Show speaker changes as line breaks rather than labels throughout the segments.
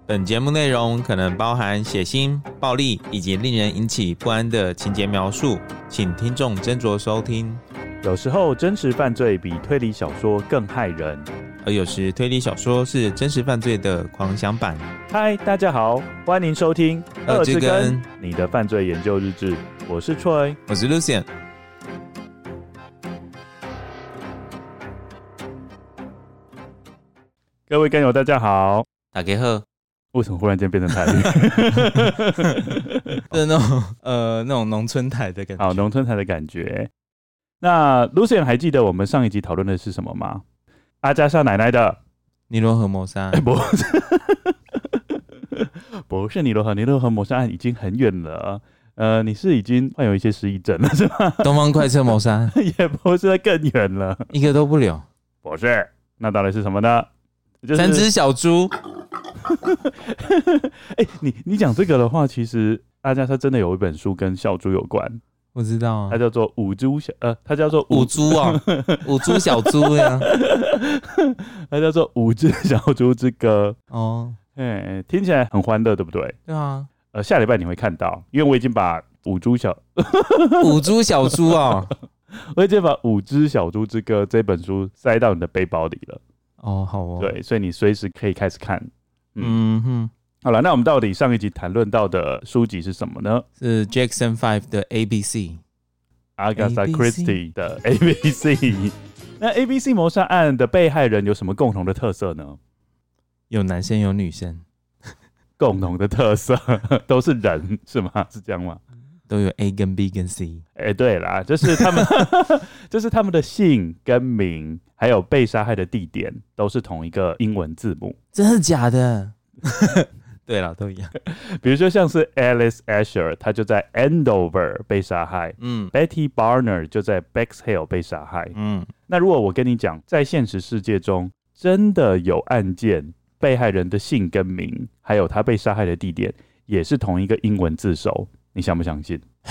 本节目内容可能包含血腥、暴力以及令人引起不安的情节描述，请听众斟酌收听。
有时候真实犯罪比推理小说更害人，
而有时推理小说是真实犯罪的狂想版。
嗨，大家好，欢迎收听
二之根
你的犯罪研究日志，我是 Troy，
我是 Lucien。
各位根友大家好，
大家好。
为什么忽然间变成台语？
就是那种农村台的感觉。
好，农村台的感觉。那 Lucien 还记得我们上一集讨论的是什么吗？阿加莎奶奶的
尼罗河谋杀案。
不是尼罗河谋杀案已经很远了。你是已经患有一些失忆症了是吗？
东方快车谋杀案
也不是，更远了，
一个都不留。
不是，那到底是什么呢？就是
3只小猪。
你讲这个的话，其实阿加莎真的有一本书跟小猪有关，
我知道啊，
它叫做它叫做
五猪啊，五猪小猪呀，
它叫做《五只小猪之歌》
哦，
听起来很欢乐，对不对？
对啊，
下礼拜你会看到，因为我已经把五猪小
猪啊，
我已经把《五只小猪之歌》这本书塞到你的背包里了。
哦，好哦，
对，所以你随时可以开始看。
嗯哼，
好了，那我们到底上一集谈论到的书籍是什么呢？
是 Jackson 5的 ABC，
Agatha Christie 的 ABC。那 ABC 谋杀案的被害人有什么共同的特色呢？
有男生有女生，
共同的特色都是人是吗？是这样吗？
都有 A 跟 B 跟 C。
对啦，就是他们，就是他们的姓跟名，还有被杀害的地点都是同一个英文字母。
真的假的？对啦，都一样。
比如说像是 Alice Asher， 他就在 Andover 被杀害。Betty Barner 就在 Bexhill 被杀害。那如果我跟你讲，在现实世界中真的有案件，被害人的姓跟名，还有他被杀害的地点，也是同一个英文字首。你相不相信？
嘿，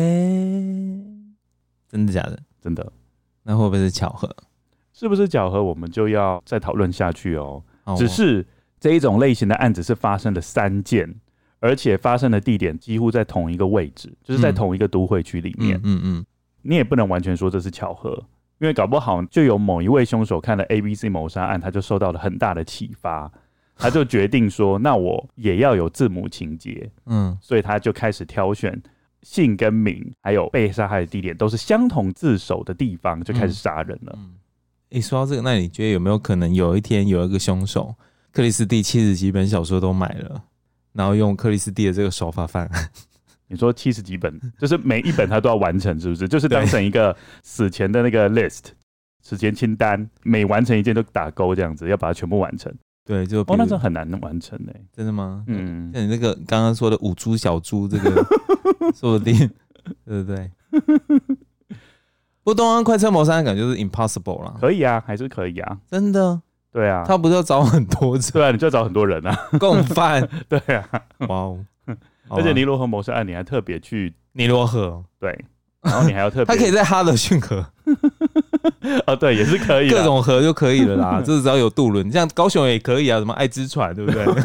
真的假的？
真的。
那会不会是巧合？
是不是巧合？我们就要再讨论下去哦。只是这一种类型的案子是发生了3件，而且发生的地点几乎在同一个位置，就是在同一个都会区里面。你也不能完全说这是巧合，因为搞不好就有某一位凶手看了 ABC 谋杀案，他就受到了很大的启发。他就决定说，那我也要有字母情节，所以他就开始挑选姓跟名，还有被杀害的地点都是相同字首的地方，就开始杀人了。
说到这个，那你觉得有没有可能有一天有一个凶手，克里斯蒂70几本小说都买了，然后用克里斯蒂的这个手法犯案？
你说70几本，就是每一本他都要完成，是不是？就是当成一个死前的那个 list 死前清单，每完成一件都打勾，这样子要把它全部完成。
对，就
那这很难完成欸。
真的吗？像你那个刚刚说的五猪小猪，这个说不定，对不对？不过东方快车谋杀案感觉就是 impossible 啦。
可以啊，还是可以啊，
真的。对
啊，
他不是要找很多人？
对啊，你就要找很多人啊，
共犯。对
啊，
哇哦！
而且尼罗河谋杀案，你还特别去
尼罗河，
对，然后你还要特别，
他可以在哈德逊河。
对，也是可以，
各种河就可以了啦。这只要有渡轮，像高雄也可以啊，什么爱之船，对不对？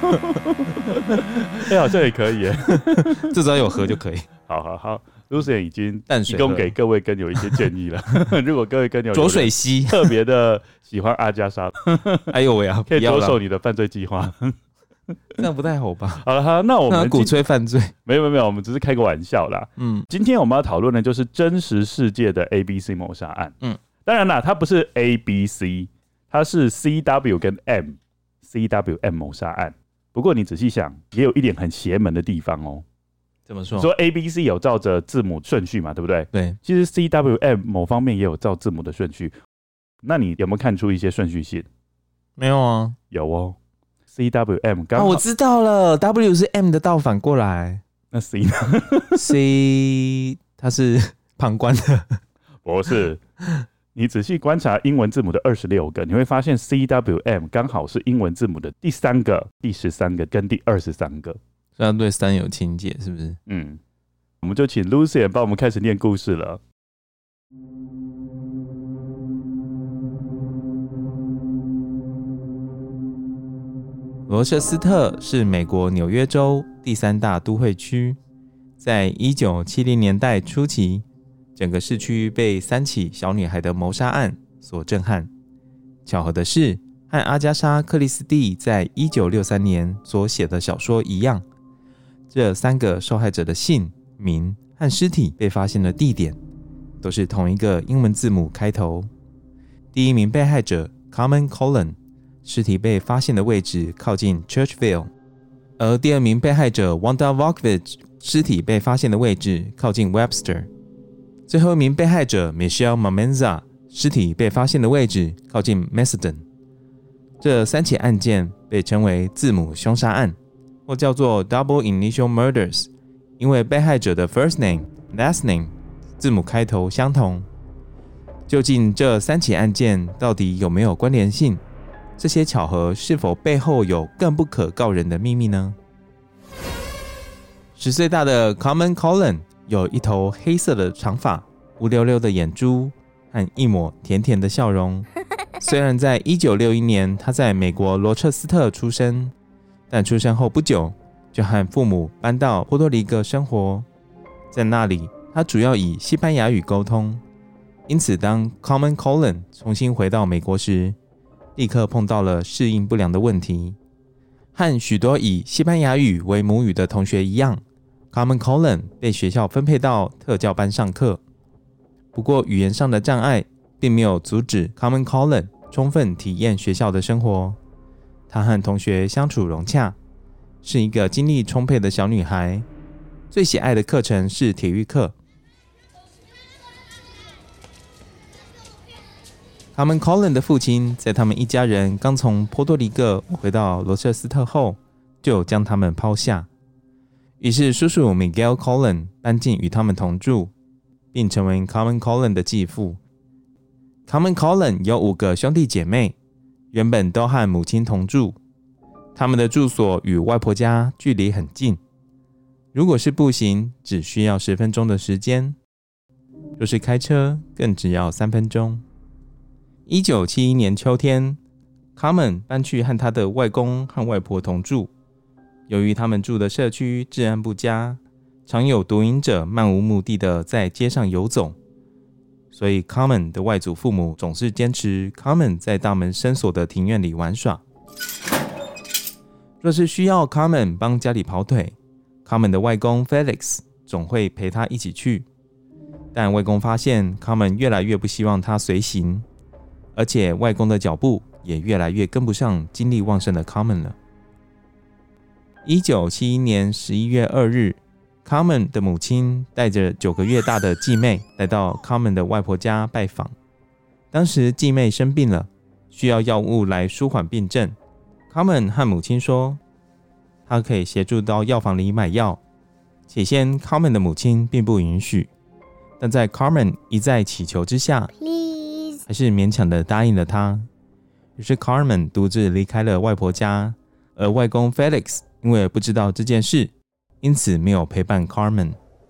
好像也可以耶，
这只要有河就可以。
好 ，Lucien 已经提供给各位根友一些建议了。如果各位根友
浊水溪
特别的喜欢阿加莎，
哎呦喂啊，
可以着手你的犯罪计划。
这样不太好吧？
好了，那我们
鼓吹犯罪？没
有，我们只是开个玩笑啦。今天我们要讨论的就是真实世界的 ABC 谋杀案。当然啦，它不是 ABC， 它是 CW 跟 CWM 谋杀案。不过你仔细想，也有一点很邪门的地方哦。
怎么说？
说 ABC 有照着字母顺序嘛，对不对？
对。
其实 CWM 某方面也有照字母的顺序。那你有没有看出一些顺序性？
没有啊。
有哦。CWM 刚好
我知道了 ，W 是 M 的倒反过来。
那 C 呢
？C 它是旁观的，
不是。你仔细观察英文字母的26个，你会发现 CWM 刚好是英文字母的第3个、第13个跟第23个，
所以他对3有情结，是不是？
我们就请 Lucien 帮我们开始念故事了。
罗彻斯特是美国纽约州第3大都会区，在1970年代初期，整个市区被3起小女孩的谋杀案所震撼。巧合的是，和阿加莎·克里斯蒂在1963年所写的小说一样，这3个受害者的姓名和尸体被发现的地点都是同一个英文字母开头。第一名被害者 Carmen Cullen， 尸体被发现的位置靠近 Churchville， 而第二名被害者 Wanda Volkovich 尸体被发现的位置靠近 Webster， 最后一名被害者 Michelle Mamenza 尸体被发现的位置靠近 Macedon。 这3起案件被称为字母凶杀案，或叫做 Double Initial Murders， 因为被害者的 First Name、Last Name 字母开头相同。究竟这3起案件到底有没有关联性？这些巧合是否背后有更不可告人的秘密呢？10岁大的 Carmen Cullen 有一头黑色的长发、乌溜溜的眼珠和一抹甜甜的笑容。虽然在1961年他在美国罗彻斯特出生，但出生后不久就和父母搬到波多黎各生活。在那里，他主要以西班牙语沟通。因此当 Carmen Cullen 重新回到美国时，立刻碰到了适应不良的问题。和许多以西班牙语为母语的同学一样， Carmen Cullen 被学校分配到特教班上课。不过语言上的障碍并没有阻止 Carmen Cullen 充分体验学校的生活。她和同学相处融洽，是一个精力充沛的小女孩，最喜爱的课程是体育课。Carmen Cullen 的父亲在他们一家人刚从波多黎各回到罗彻斯特后，就将他们抛下。于是叔叔 Miguel Cullen 搬进与他们同住，并成为 Carmen Cullen 的继父。Carmen Cullen 有5个兄弟姐妹，原本都和母亲同住。他们的住所与外婆家距离很近，如果是步行只需要10分钟的时间，若是开车更只要3分钟。1971年秋天， Carmen 搬去和他的外公和外婆同住。由于他们住的社区治安不佳，常有毒瘾者漫无目的的在街上游走，所以 Carmen 的外祖父母总是坚持 Carmen 在大门深锁的庭院里玩耍。若是需要 Carmen 帮家里跑腿， Carmen 的外公 Felix 总会陪他一起去。但外公发现 Carmen 越来越不希望他随行，而且外公的脚步也越来越跟不上精力旺盛的 Carmen 了。1971年11月2日， Carmen 的母亲带着9个月大的继妹来到 Carmen 的外婆家拜访。当时继妹生病了，需要药物来舒缓病症。 Carmen 和母亲说她可以协助到药房里买药。起先 Carmen 的母亲并不允许，但在 Carmen 一再祈求之下，还是勉强的答应了他。于是 Carmen 独自离开了外婆家，而外公 Felix 因为不知道这件事，因此没有陪伴 Carmen。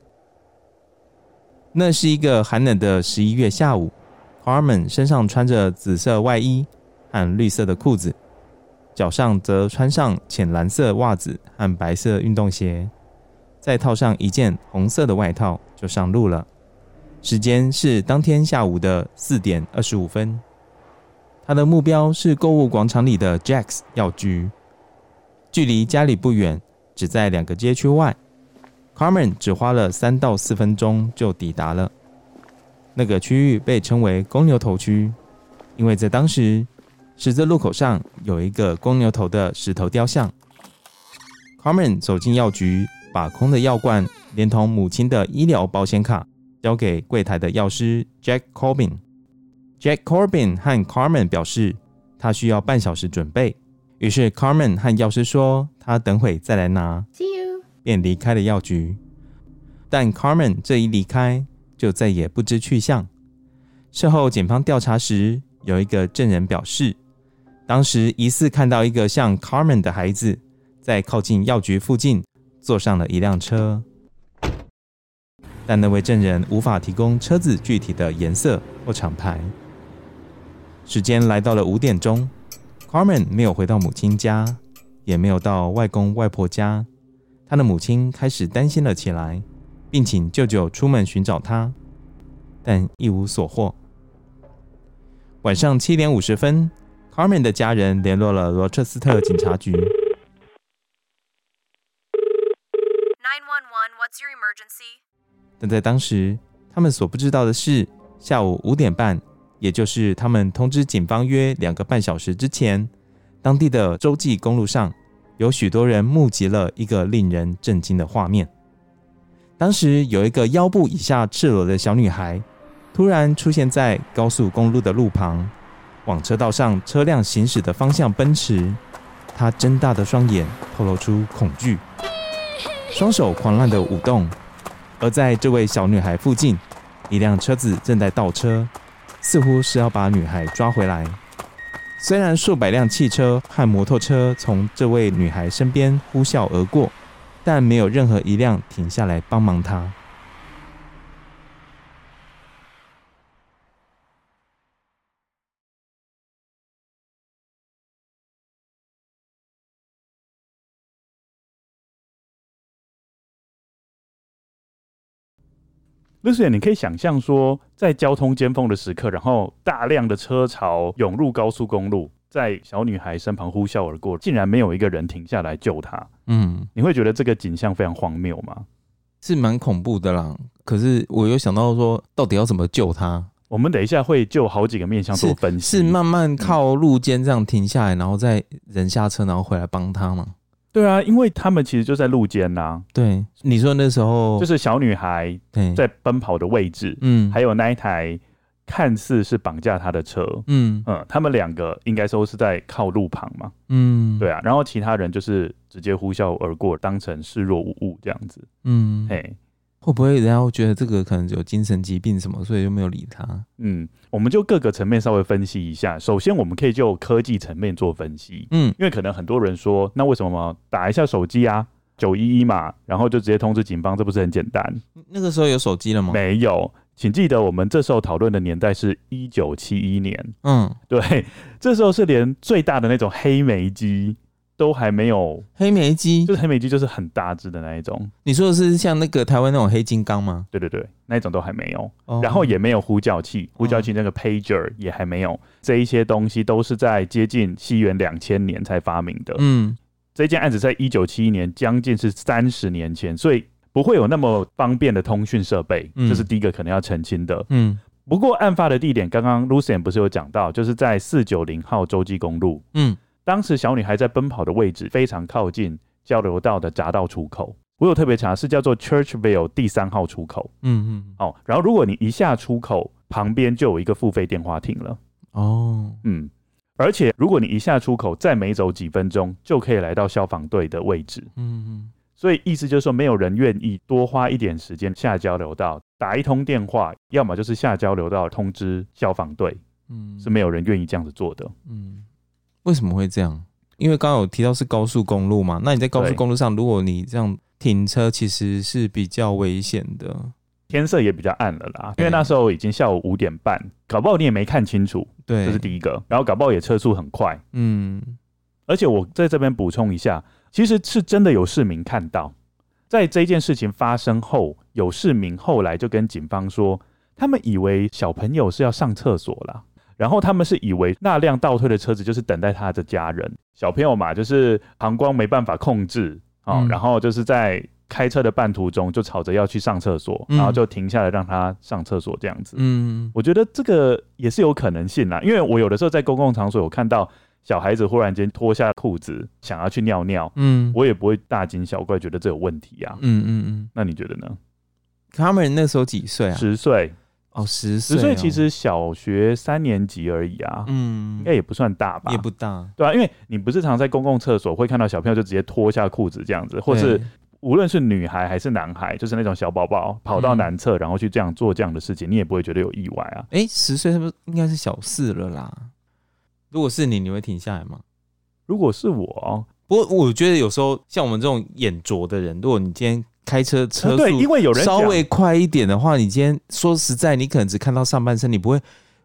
那是一个寒冷的11月下午， Carmen 身上穿着紫色外衣和绿色的裤子，脚上则穿上浅蓝色袜子和白色运动鞋，再套上一件红色的外套就上路了。时间是当天下午的4点25分。他的目标是购物广场里的 Jack's 药局，距离家里不远，只在2个街区外。 Carmen 只花了3到4分钟就抵达了。那个区域被称为公牛头区，因为在当时十字路口上有一个公牛头的石头雕像。 Carmen 走进药局，把空的药罐连同母亲的医疗保险卡交给柜台的药师 Jack Corbin。Jack Corbin 和 Carmen 表示他需要半小时准备，于是 Carmen 和药师说他等会再来拿，
See you
便离开了药局。但 Carmen 这一离开就再也不知去向。事后检方调查时，有一个证人表示，当时疑似看到一个像 Carmen 的孩子在靠近药局附近坐上了一辆车，但那位证人无法提供车子具体的颜色或厂牌。时间来到了5点钟， Carmen 没有回到母亲家， 也没有到外公外婆家，他的母亲开始担心了起来，并请舅舅出门寻找他，但一无所获。晚上7点50分 Carmen 的家人联络了罗彻斯特警察局。
911, what's your emergency?
但在当时他们所不知道的是，下午5点半，也就是他们通知警方约2个半小时之前，当地的洲际公路上有许多人目击了一个令人震惊的画面。当时有一个腰部以下赤裸的小女孩突然出现在高速公路的路旁，往车道上车辆行驶的方向奔驰。她睁大的双眼透露出恐惧，双手狂乱的舞动。而在这位小女孩附近，一辆车子正在倒车，似乎是要把女孩抓回来。虽然数百辆汽车和摩托车从这位女孩身边呼啸而过，但没有任何一辆停下来帮忙她。
Lucien， 你可以想象说，在交通尖峰的时刻，然后大量的车潮涌入高速公路，在小女孩身旁呼啸而过，竟然没有一个人停下来救她。你会觉得这个景象非常荒谬吗？
是蛮恐怖的啦。可是我有想到说，到底要怎么救她？
我们等一下会就好几个面向做分析。
是慢慢靠路肩这样停下来，然后再人下车，然后回来帮她吗？
对啊，因为他们其实就在路肩呐。
对，你说那时候
就是小女孩在奔跑的位置，还有那一台看似是绑架她的车，他们2个应该说是在靠路旁嘛，对啊，然后其他人就是直接呼啸而过，当成视若无物这样子，
会不会人家会觉得这个可能有精神疾病什么，所以就没有理他？
我们就各个层面稍微分析一下。首先，我们可以就科技层面做分析，因为可能很多人说，那为什么打一下手机啊，911嘛，然后就直接通知警方，这不是很简单？
那个时候有手机了吗？
没有，请记得我们这时候讨论的年代是1971年，对，这时候是连最大的那种黑莓机都还没有。
黑莓机
就是黑莓机，就是很大只的那一种。
你说的是像那个台湾那种黑金刚吗？
对对对，那一种都还没有，然后也没有呼叫器，呼叫器那个 pager 也还没有，这一些东西都是在接近西元2000年才发明的。这件案子在1971年，将近是30年前，所以不会有那么方便的通讯设备，这是第一个可能要澄清的。不过案发的地点，刚刚 Lucien 不是有讲到，就是在490号洲际公路。当时小女孩在奔跑的位置非常靠近交流道的匝道出口，我有特别查，是叫做 Churchville 第3号出口。然后如果你一下出口，旁边就有一个付费电话亭了。而且如果你一下出口，再没走几分钟，就可以来到消防队的位置。所以意思就是说，没有人愿意多花一点时间下交流道打一通电话，要么就是下交流道通知消防队，是没有人愿意这样子做的。
为什么会这样？因为刚刚有提到是高速公路嘛，那你在高速公路上，如果你这样停车，其实是比较危险的。
天色也比较暗了啦，因为那时候已经下午5点半，搞不好你也没看清楚，
对，
这是第一个。然后搞不好也车速很快，而且我在这边补充一下，其实是真的有市民看到，在这件事情发生后，有市民后来就跟警方说，他们以为小朋友是要上厕所啦。然后他们是以为那辆倒退的车子就是等待他的家人，小朋友嘛，就是膀胱没办法控制，然后就是在开车的半途中就吵着要去上厕所，然后就停下来让他上厕所这样子。我觉得这个也是有可能性啦，因为我有的时候在公共场所有看到小孩子忽然间脱下裤子想要去尿尿，我也不会大惊小怪，觉得这有问题啊。那你觉得呢？
他们那时候几岁啊
？10岁。
10岁，10
岁其实小学3年级而已啊，应该也不算大吧？
也不大，
对啊，因为你不是常在公共厕所会看到小朋友就直接脱下裤子这样子，或是无论是女孩还是男孩，就是那种小宝宝跑到男厕然后去这样做这样的事情，你也不会觉得有意外啊。
10岁是不是应该是小4了啦？如果是你会停下来吗？
如果是我，
不过我觉得有时候像我们这种眼拙的人，如果你今天开车车速
对，因为有人
稍微快一点的话，你今天说实在，你可能只看到上半身，你不会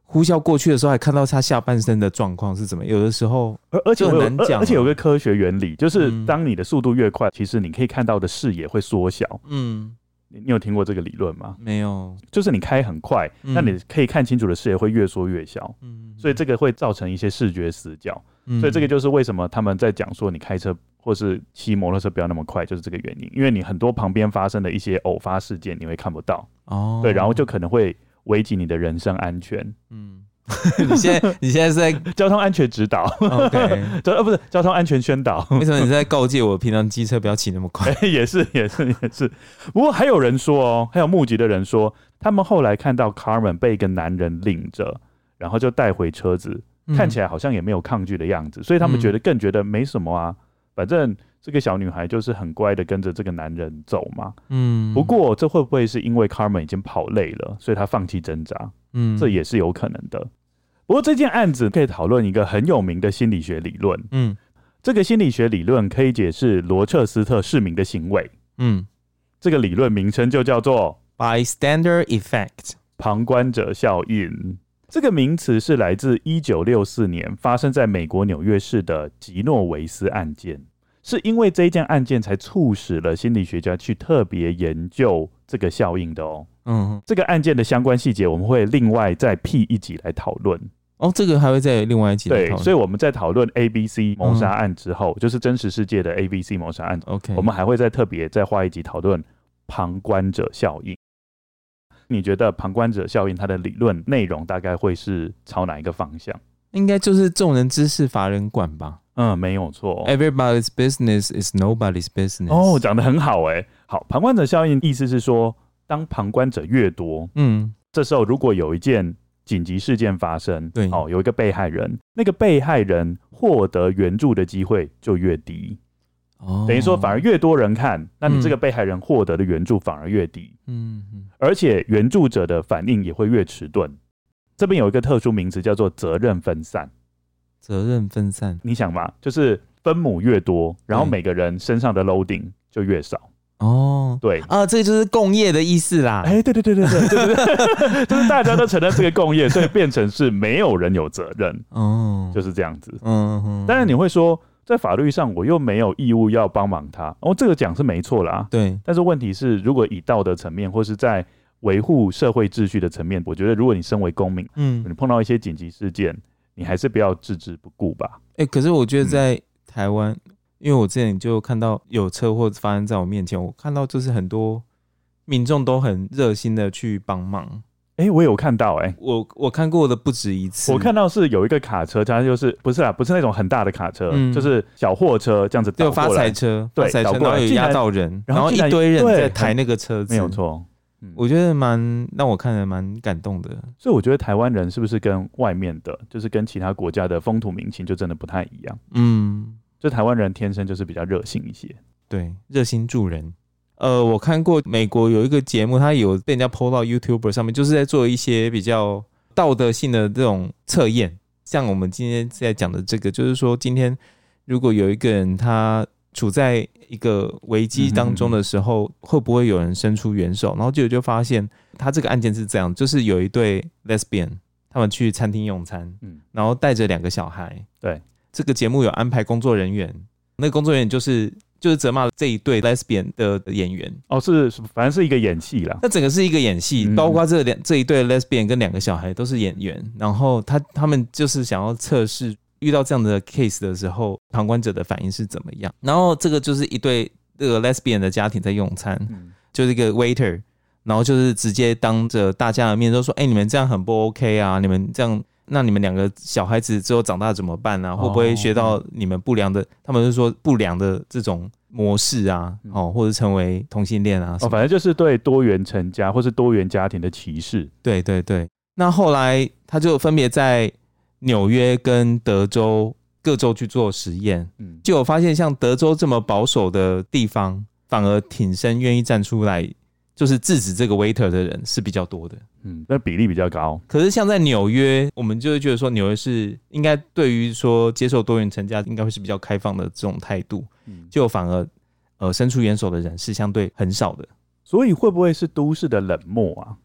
呼啸过去的时候还看到他下半身的状况是怎么，有的时候就很难讲。
而且有个科学原理，就是当你的速度越快，其实你可以看到的视野会缩小。你有听过这个理论吗？
没有，
就是你开很快，那你可以看清楚的视野会越缩越小。所以这个会造成一些视觉死角。所以这个就是为什么他们在讲说你开车或是骑摩托车不要那么快，就是这个原因。因为你很多旁边发生的一些偶发事件你会看不到。对，然后就可能会危及你的人身安全。你现在是在
交通安全指导
，OK， 不是交通安全宣导。
为什么你在告诫我平常机车不要骑那么快？
也是。不过还有人说哦，还有目击的人说，他们后来看到 Carmen 被一个男人领着，然后就带回车子，看起来好像也没有抗拒的样子，所以他们更觉得没什么啊，反正这个小女孩就是很乖的跟着这个男人走嘛。不过这会不会是因为 Carmen 已经跑累了，所以她放弃挣扎？这也是有可能的。不过这件案子可以讨论一个很有名的心理学理论。这个心理学理论可以解释罗彻斯特市民的行为。这个理论名称就叫做
bystander effect，
旁观者效应。这个名词是来自1964年发生在美国纽约市的吉诺维斯案件，是因为这一件案件才促使了心理学家去特别研究这个效应的哦。这个案件的相关细节我们会另外再辟一集来讨论。
这个还会再另外一集来讨论。
对，所以我们在讨论 ABC 谋杀案之后，就是真实世界的 ABC 谋杀案，我们还会再特别再花一集讨论旁观者效应。你觉得旁观者效应它的理论内容大概会是朝哪一个方向？
应该就是众人之事乏人管吧。
没有错。
Everybody's business is nobody's business。
讲得很好好，旁观者效应意思是说，当旁观者越多，这时候如果有一件紧急事件发生，对，有一个被害人，那个被害人获得援助的机会就越低。等于说反而越多人看，那你这个被害人获得的援助反而越低。而且援助者的反应也会越迟钝。这边有一个特殊名词叫做责任分散。
责任分散，
你想嘛，就是分母越多，然后每个人身上的 loading 就越少。对
啊，这就是共业的意思啦。
对，就是大家都承认这个共业，所以变成是没有人有责任。就是这样子。当然你会说，在法律上我又没有义务要帮忙他。这个讲是没错啦。
对，
但是问题是，如果以道德层面或是在维护社会秩序的层面，我觉得如果你身为公民，你碰到一些紧急事件，你还是不要置之不顾吧。
可是我觉得在台湾，因为我之前就看到有车祸发生在我面前，我看到就是很多民众都很热心的去帮忙。
我有看到
我看过的不止一次。
我看到是有一个卡车，它就是不是那种很大的卡车，就是小货车这样子倒过来，
发财车，
对，
然后有压到人，然后一堆人在抬那个车子，
没有错。
我觉得让我看得蛮感动的。
所以我觉得台湾人是不是跟外面的，就是跟其他国家的风土民情就真的不太一样？就台湾人天生就是比较热心一些。
对，热心助人。我看过美国有一个节目，它有被人家 po 到 YouTuber 上面，就是在做一些比较道德性的这种测验。像我们今天在讲的这个，就是说今天如果有一个人他处在一个危机当中的时候，会不会有人伸出援手？然后就发现他这个案件是这样，就是有一对 lesbian 他们去餐厅用餐，然后带着2个小孩。
对，
这个节目有安排工作人员，那个工作人员就是责骂这一对 lesbian 的演员。
反正是一个演戏啦。
那整个是一个演戏，包括这一对 lesbian 跟2个小孩都是演员。然后他们就是想要测试遇到这样的 case 的时候，旁观者的反应是怎么样。然后这个就是一对这个 lesbian 的家庭在用餐，就是一个 waiter， 然后就是直接当着大家的面都说：“你们这样很不 OK 啊！你们这样，那你们2个小孩子之后长大怎么办啊？会不会学到你们不良的？他们就说不良的这种模式啊，或者成为同性恋啊。
反正就是对多元成家或是多元家庭的歧视。
对。那后来他就分别在纽约跟德州各州去做实验，就有发现像德州这么保守的地方，反而挺身愿意站出来就是制止这个 waiter 的人是比较多的。
那比例比较高。
可是像在纽约，我们就会觉得说纽约是应该对于说接受多元成家应该会是比较开放的这种态度，就反而伸出援手的人是相对很少的。
所以会不会是都市的冷漠啊？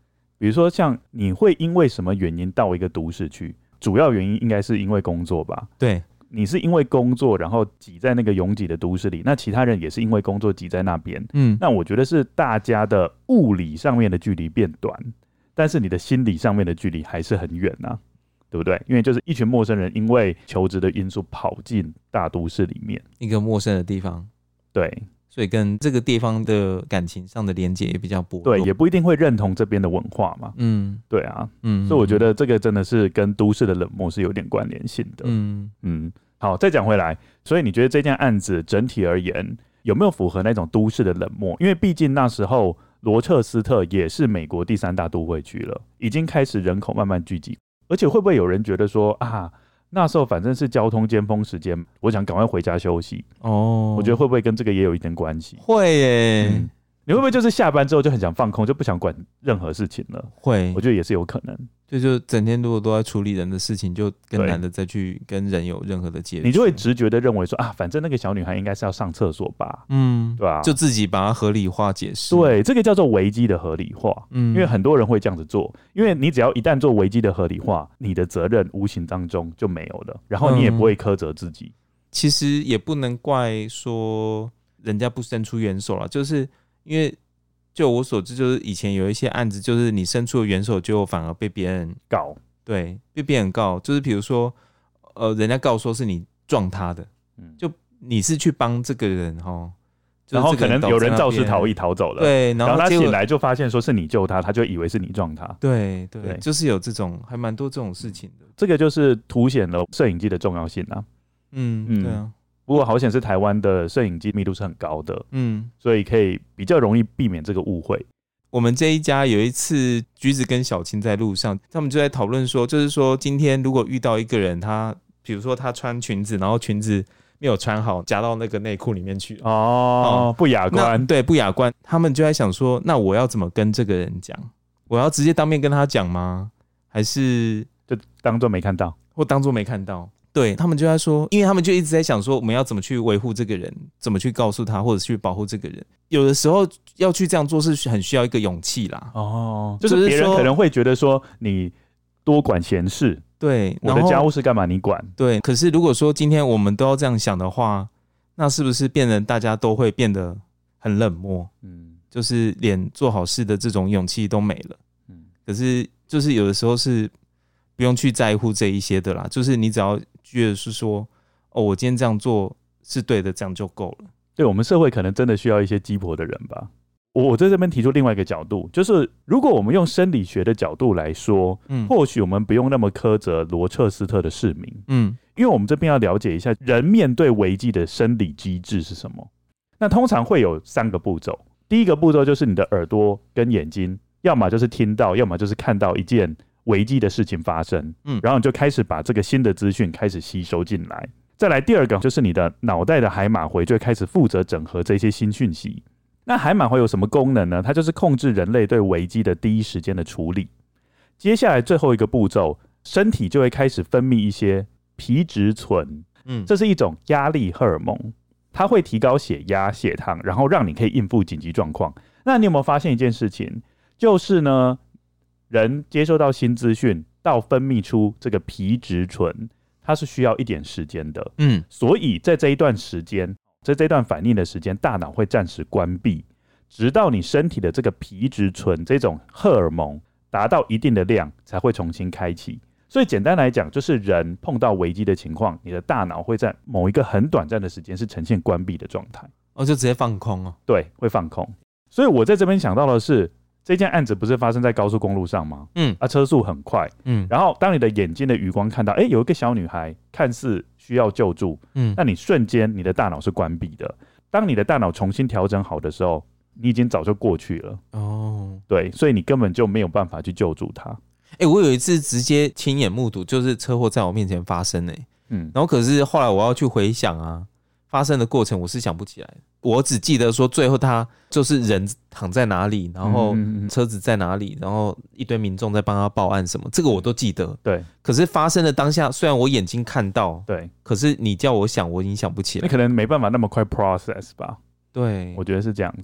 比如说像你会因为什么原因到一个都市去，主要原因应该是因为工作吧？
对，
你是因为工作然后挤在那个拥挤的都市里，那其他人也是因为工作挤在那边，那我觉得是大家的物理上面的距离变短，但是你的心理上面的距离还是很远啊，对不对？因为就是一群陌生人因为求职的因素跑进大都市里面，一
个陌生的地方，
对，
所以跟这个地方的感情上的连结也比较薄弱，
对，也不一定会认同这边的文化嘛，对啊，所以我觉得这个真的是跟都市的冷漠是有点关联性的，好，再讲回来，所以你觉得这件案子整体而言有没有符合那种都市的冷漠？因为毕竟那时候罗彻斯特也是美国第3大都会区了，已经开始人口慢慢聚集，而且会不会有人觉得说啊，那时候反正是交通尖峰时间，我想赶快回家休息我觉得会不会跟这个也有一点关系？
会耶，
你会不会就是下班之后就很想放空，就不想管任何事情了？
会，
我觉得也是有可能。
就整天如果都在处理人的事情，就更难的再去跟人有任何的接触，
你就会直觉的认为说啊，反正那个小女孩应该是要上厕所吧，对吧？
就自己把它合理化解释。
对，这个叫做危机的合理化。因为很多人会这样子做，因为你只要一旦做危机的合理化，你的责任无形当中就没有了，然后你也不会苛责自己。
其实也不能怪说人家不伸出援手啦，就是因为就我所知，就是以前有一些案子，就是你伸出了援手，就反而被别人
告，
对，被别人告，就是比如说，人家告说是你撞他的，就你是去帮这个人就是
然后可能有人肇事逃逸逃走了，
对，然后
他醒来就发现说是你救他，他就以为是你撞他，
对，就是有这种还蛮多这种事情的，
这个就是凸显了摄影机的重要性啊，
对啊。
不过好险是台湾的摄影机密度是很高的，所以可以比较容易避免这个误会。
我们这一家有一次，橘子跟小青在路上，他们就在讨论说，就是说今天如果遇到一个人，他比如说他穿裙子，然后裙子没有穿好，夹到那个内裤里面去，
不雅观，
对，不雅观。他们就在想说，那我要怎么跟这个人讲？我要直接当面跟他讲吗？还是
就当作没看到，
或当作没看到？对，他们就在说，因为他们就一直在想说，我们要怎么去维护这个人，怎么去告诉他，或者去保护这个人。有的时候要去这样做是很需要一个勇气啦。
就是别人可能会觉得说你多管闲事，
对，
我的家务事干嘛你管？
对，可是如果说今天我们都要这样想的话，那是不是变成大家都会变得很冷漠？就是连做好事的这种勇气都没了。可是就是有的时候是不用去在乎这一些的啦，就是你只要觉得是说，我今天这样做是对的，这样就够了。
对，我们社会可能真的需要一些鸡婆的人吧。我在这边提出另外一个角度，就是如果我们用生理学的角度来说，或许我们不用那么苛责罗彻斯特的市民，因为我们这边要了解一下人面对危机的生理机制是什么。那通常会有3个步骤，第一个步骤就是你的耳朵跟眼睛，要么就是听到，要么就是看到一件危机的事情发生，然后你就开始把这个新的资讯开始吸收进来。再来第2个就是你的脑袋的海马回就会开始负责整合这些新讯息。那海马回有什么功能呢？它就是控制人类对危机的第一时间的处理。接下来最后一个步骤，身体就会开始分泌一些皮质醇，这是一种压力荷尔蒙，它会提高血压、血糖，然后让你可以应付紧急状况。那你有没有发现一件事情，就是呢，人接收到新资讯到分泌出这个皮质醇，它是需要一点时间的。所以在这一段时间，在这段反应的时间，大脑会暂时关闭，直到你身体的这个皮质醇这种荷尔蒙达到一定的量，才会重新开启。所以简单来讲，就是人碰到危机的情况，你的大脑会在某一个很短暂的时间是呈现关闭的状态，
就直接放空哦。
对，会放空。所以我在这边想到的是，这件案子不是发生在高速公路上吗？车速很快，然后当你的眼睛的余光看到，有一个小女孩看似需要救助，那你瞬间你的大脑是关闭的。当你的大脑重新调整好的时候，你已经早就过去了。对，所以你根本就没有办法去救助她。
我有一次直接亲眼目睹，就是车祸在我面前发生然后可是后来我要去回想啊，发生的过程我是想不起来的，我只记得说最后他就是人躺在哪里，然后车子在哪里，然后一堆民众在帮他报案什么，这个我都记得。
对，
可是发生的当下，虽然我眼睛看到，
对，
可是你叫我想，我已经想不起来。
你可能没办法那么快 process 吧？
对，
我觉得是这样子。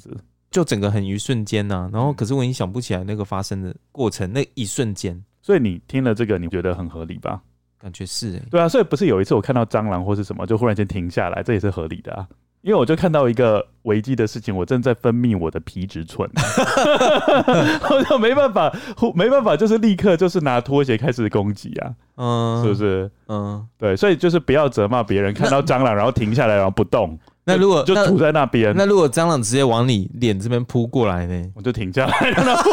就整个很一瞬间呐，然后可是我已经想不起来那个发生的过程，那一瞬间。
所以你听了这个，你觉得很合理吧？
感觉是
对啊，所以不是有一次我看到蟑螂或是什么，就忽然间停下来，这也是合理的啊。因为我就看到一个危机的事情，我正在分泌我的皮质醇，我就没办法，就是立刻就是拿拖鞋开始攻击啊，是不是？对，所以就是不要责骂别人看到蟑螂然后停下来然后不动。
那如果
就杵在那边，
那如果蟑螂直接往你脸这边扑过来呢？
我就停下来，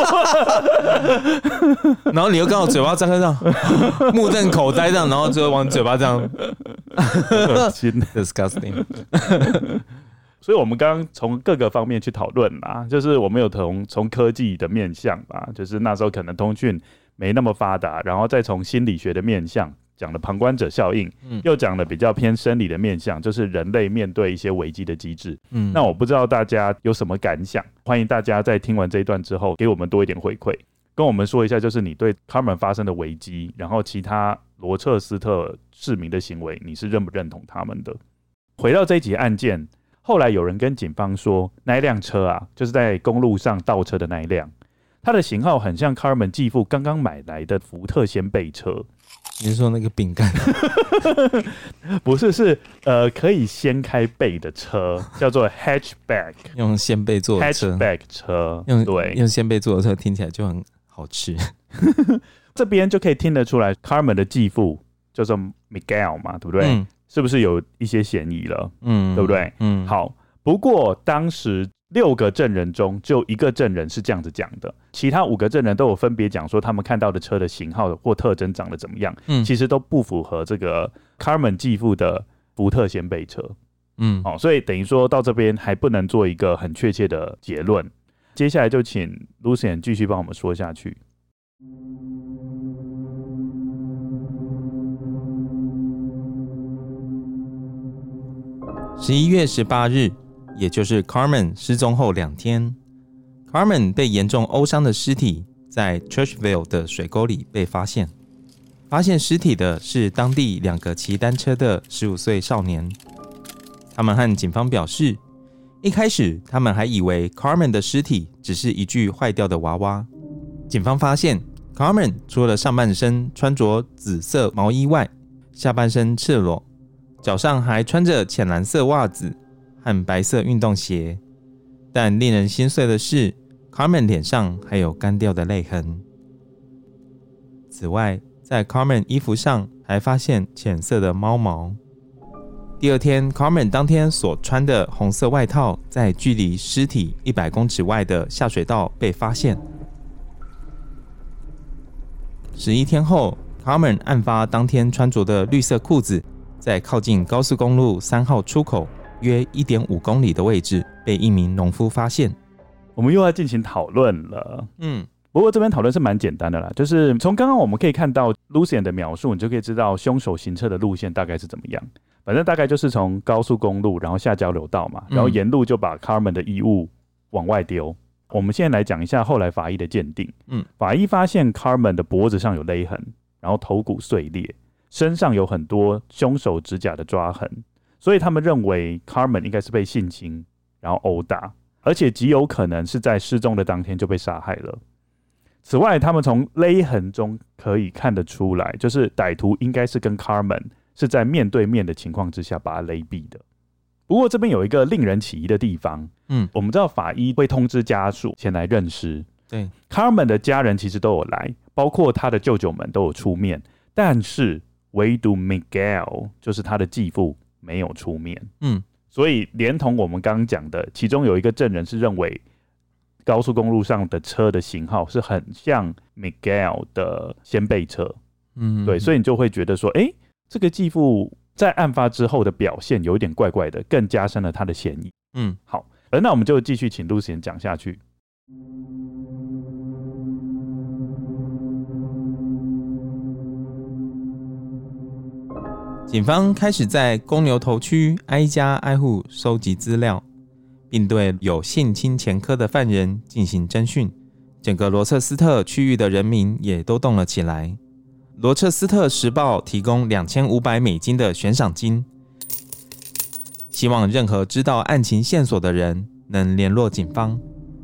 然后你又刚好嘴巴张开这样，目瞪口呆这样，然后就往嘴巴这样，
恶心
，disgusting。
所以我们刚刚从各个方面去讨论啦，就是我们有从科技的面向吧，就是那时候可能通讯没那么发达，然后再从心理学的面向。讲了旁观者效应，又讲了比较偏生理的面向，就是人类面对一些危机的机制。那我不知道大家有什么感想，欢迎大家在听完这一段之后给我们多一点回馈，跟我们说一下，就是你对 Carmen 发生的危机，然后其他罗彻斯特市民的行为，你是认不认同他们的？回到这一起案件，后来有人跟警方说，那一辆车啊，就是在公路上倒车的那一辆，它的型号很像 Carmen 继父刚刚买来的福特掀背车。
你是说那个饼干？
不是，是可以掀开背的车，叫做 hatchback，
用掀背做的车。
hatchback 车，对，
用掀背做的车听起来就很好吃。
这边就可以听得出来 ，Carmen 的继父叫做 Miguel 嘛，对不对？是不是有一些嫌疑了？对不对？好。不过当时6个证人中，就1个证人是这样子讲的，其他5个证人都有分别讲说他们看到的车的型号或特征长得怎么样，其实都不符合这个 Carmen 继父的福特掀背车。所以等于说到这边还不能做一个很确切的结论。接下来就请 Lucien 继续帮我们说下去。
11月18日，也就是 Carmen 失踪后2天 ，Carmen 被严重殴伤的尸体在 Churchville 的水沟里被发现。发现尸体的是当地2个骑单车的15岁少年。他们和警方表示，一开始他们还以为 Carmen 的尸体只是一具坏掉的娃娃。警方发现 Carmen 除了上半身穿着紫色毛衣外，下半身赤裸，脚上还穿着浅蓝色袜子和白色运动鞋，但令人心碎的是 Carmen 脸上还有干掉的泪痕。此外，在 Carmen 衣服上还发现浅色的猫毛。第二天 Carmen 当天所穿的红色外套在距离尸体100公尺外的下水道被发现。11天后， Carmen 案发当天穿着的绿色裤子在靠近高速公路3号出口约 1.5 公里的位置被一名农夫发现。
我们又要进行讨论了。不过这边讨论是蛮简单的啦，就是从刚刚我们可以看到 Lucien 的描述，你就可以知道凶手行车的路线大概是怎么样。反正大概就是从高速公路然后下交流道嘛，然后沿路就把 Carmen 的衣物往外丢。我们现在来讲一下后来法医的鉴定。法医发现 Carmen 的脖子上有勒痕，然后头骨碎裂，身上有很多凶手指甲的抓痕，所以他们认为 Carmen 应该是被性侵然后殴打，而且极有可能是在失踪的当天就被杀害了。此外，他们从勒痕中可以看得出来，就是歹徒应该是跟 Carmen 是在面对面的情况之下把他勒毙的。不过这边有一个令人起疑的地方，我们知道法医会通知家属前来认尸，
对
，Carmen 的家人其实都有来，包括他的舅舅们都有出面，但是唯独 Miguel 就是他的继父没有出面。所以连同我们刚刚讲的，其中有一个证人是认为高速公路上的车的型号是很像 Miguel 的掀背车。对，所以你就会觉得说，这个继父在案发之后的表现有一点怪怪的，更加深了他的嫌疑。好，那我们就继续请 Lucien 讲下去。
警方开始在公牛头区挨家挨户收集资料，并对有性侵前科的犯人进行侦讯。整个罗彻斯特区域的人民也都动了起来。罗彻斯特时报提供$2500的悬赏金，希望任何知道案情线索的人能联络警方。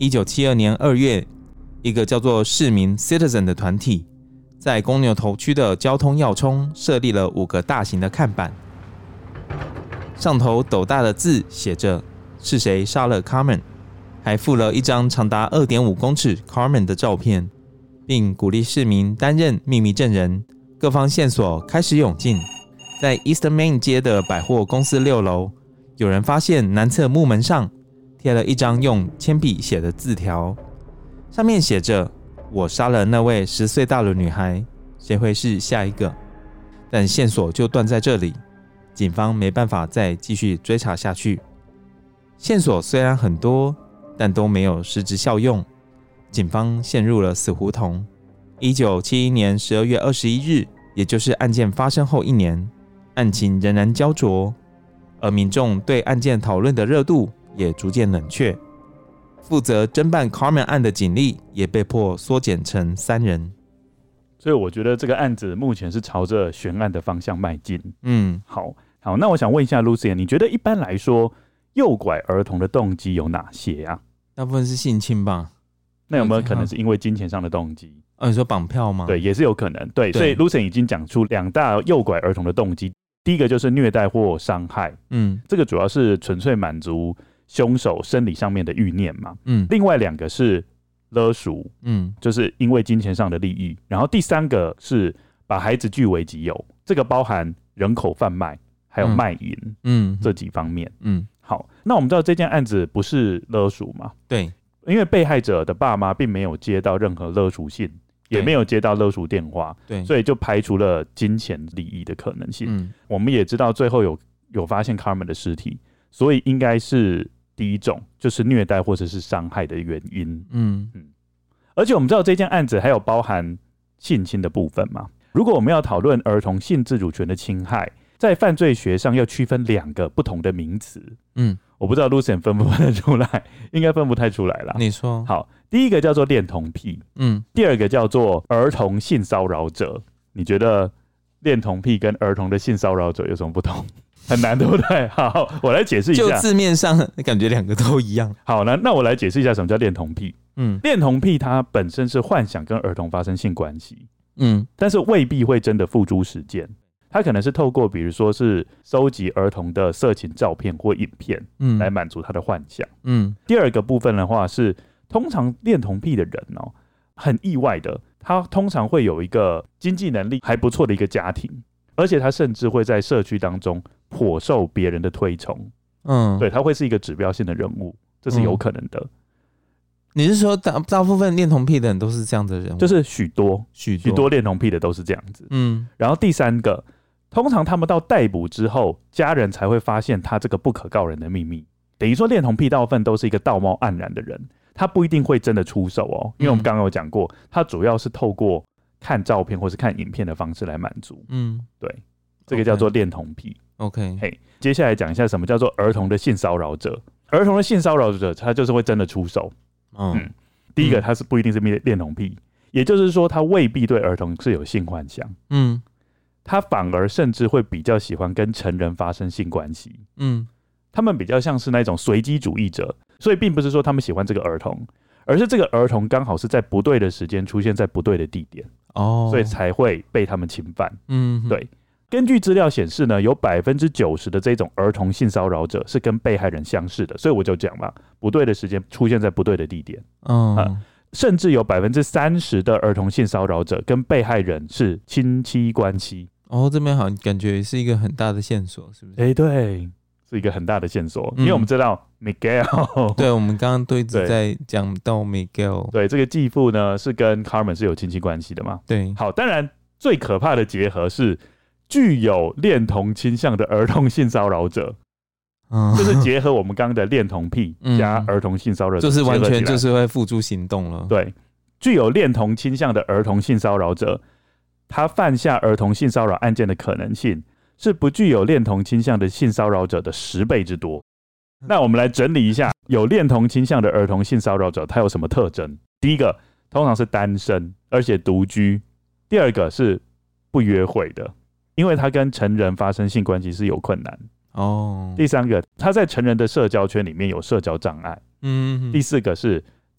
1972年2月，一个叫做市民 Citizen 的团体在公牛头区的交通要冲设立了5个大型的看板，上头斗大的字写着是谁杀了 Carmen， 还附了一张长达 2.5 公尺 Carmen 的照片，并鼓励市民担任秘密证人。各方线索开始涌进，在 East Main 街的百货公司6楼，有人发现南侧木门上贴了一张用铅笔写的字条，上面写着我杀了那位10岁大的女孩，谁会是下一个？但线索就断在这里，警方没办法再继续追查下去。线索虽然很多，但都没有实质效用，警方陷入了死胡同。1971年12月21日，也就是案件发生后1年，案情仍然焦灼，而民众对案件讨论的热度也逐渐冷却。负责侦办 Carmen 案的警力也被迫缩减成3人。
所以我觉得这个案子目前是朝着悬案的方向迈进。好，那我想问一下 Lucien， 你觉得一般来说诱拐儿童的动机有哪些啊？
大部分是性侵吧。
那有没有可能是因为金钱上的动机？
你说绑票吗？
对，也是有可能。对，所以 Lucien 已经讲出2大诱拐儿童的动机。第一个就是虐待或伤害，这个主要是纯粹满足凶手生理上面的欲念嘛。另外2个是勒赎，就是因为金钱上的利益。然后第3个是把孩子据为己有，这个包含人口贩卖还有卖淫，这几方面。好，那我们知道这件案子不是勒赎嘛？
对，
因为被害者的爸妈并没有接到任何勒赎信，也没有接到勒赎电话，对，所以就排除了金钱利益的可能性。我们也知道最后有发现 Carmen 的尸体，所以应该是第一种，就是虐待或者是伤害的原因。而且我们知道这件案子还有包含性侵的部分嘛。如果我们要讨论儿童性自主权的侵害，在犯罪学上要区分2个不同的名词。我不知道 Lucien 分不分得出来，应该分不太出来啦。
你说。
好，第一个叫做恋童癖，第2个叫做儿童性骚扰者。你觉得恋童癖跟儿童的性骚扰者有什么不同？很难，对不对？好，我来解释一下。
就字面上感觉2个都一样。
好，那我来解释一下什么叫恋童癖。恋童癖它本身是幻想跟儿童发生性关系，但是未必会真的付诸实践。他可能是透过比如说是收集儿童的色情照片或影片，来满足他的幻想。第2个部分的话是，通常恋童癖的人很意外的，他通常会有一个经济能力还不错的一个家庭，而且他甚至会在社区当中颇受别人的推崇。对，他会是一个指标性的人物，这是有可能的。
你是说大部分恋童癖的人都是这样的人物？
就是许多恋童癖的都是这样子。然后第3个，通常他们到逮捕之后，家人才会发现他这个不可告人的秘密。等于说恋童癖大部分都是一个道貌岸然的人，他不一定会真的出手哦，因为我们刚刚有讲过，他主要是透过看照片或是看影片的方式来满足。对，这个叫做恋童癖。OK， 接下来讲一下什么叫做儿童的性骚扰者。儿童的性骚扰者，他就是会真的出手。第一个，他是不一定是恋童癖，也就是说，他未必对儿童是有性幻想。他反而甚至会比较喜欢跟成人发生性关系。他们比较像是那种随机主义者，所以并不是说他们喜欢这个儿童，而是这个儿童刚好是在不对的时间出现在不对的地点，所以才会被他们侵犯。对。根据资料显示呢，有 90% 的这种儿童性骚扰者是跟被害人相似的，所以我就讲嘛，不对的时间出现在不对的地点。甚至有 30% 的儿童性骚扰者跟被害人是亲戚关系。
这边好像感觉是一个很大的线索，是不是？
对，是一个很大的线索，因为我们知道 Miguel，
对，我们刚刚都一直在讲到 Miguel，
对，这个继父呢是跟 Carmen 是有亲戚关系的嘛？
对，
好，当然最可怕的结合是具有恋童倾向的儿童性骚扰者。就是结合我们刚刚的恋童癖加儿童性骚扰者，
就是完全就是会付诸行动了。
对，具有恋童倾向的儿童性骚扰者，他犯下儿童性骚扰案件的可能性是不具有恋童倾向的性骚扰者的10倍之多。那我们来整理一下，有恋童倾向的儿童性骚扰者他有什么特征？第一个，通常是单身而且独居。第2个是不约会的，因为他跟成人发生性关系是有困难。第3个，他在成人的社交圈里面有社交障碍。第4个是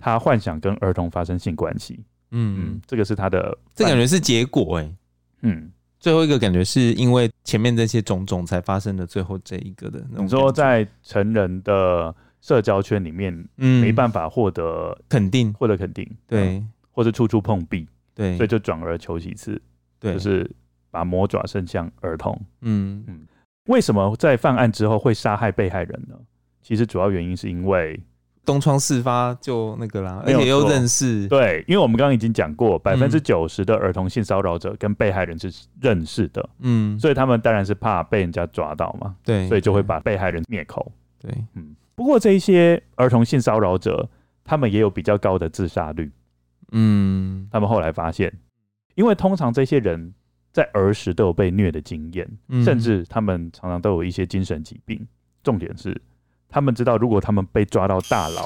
他幻想跟儿童发生性关系。这个是他的，
这感觉是结果最后一个感觉是因为前面这些种种才发生的最后这一个的那种。
你说在成人的社交圈里面，没办法获得肯定，
对，
或者处处碰壁，
对，
所以就转而求其次，对，就是把魔爪伸向儿童。为什么在犯案之后会杀害被害人呢？其实主要原因是因为
东窗事发就那个啦，而且又认识。
对，因为我们刚刚已经讲过，90%的儿童性骚扰者跟被害人是认识的，所以他们当然是怕被人家抓到嘛，
对，
所以就会把被害人灭口。
对，
不过这一些儿童性骚扰者，他们也有比较高的自杀率。他们后来发现，因为通常这些人在儿时都有被虐的经验，甚至他们常常都有一些精神疾病。重点是，他们知道如果他们被抓到大牢，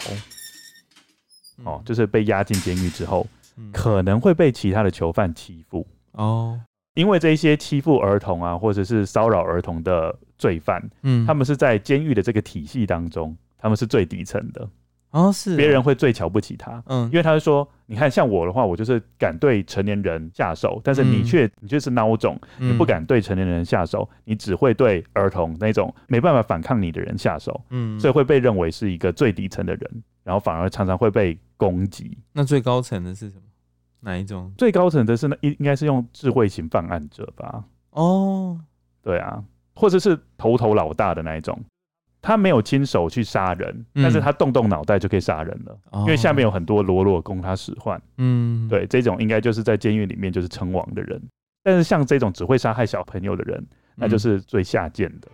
就是被押进监狱之后，可能会被其他的囚犯欺负。因为这些欺负儿童啊，或者是骚扰儿童的罪犯，他们是在监狱的这个体系当中，他们是最底层的。是别人会最瞧不起他，因为他就说，你看像我的话，我就是敢对成年人下手，但是你却是孬种，你不敢对成年人下手，你只会对儿童那种没办法反抗你的人下手，所以会被认为是一个最底层的人，然后反而常常会被攻击。
那最高层的是什么？哪一种？
最高层的是应该是用智慧型犯案者吧？对啊，或者是头老大的那一种。他没有亲手去杀人，但是他动脑袋就可以杀人了，因为下面有很多喽啰供他使唤。对，这种应该就是在监狱里面就是称王的人。但是像这种只会杀害小朋友的人，那就是最下贱的。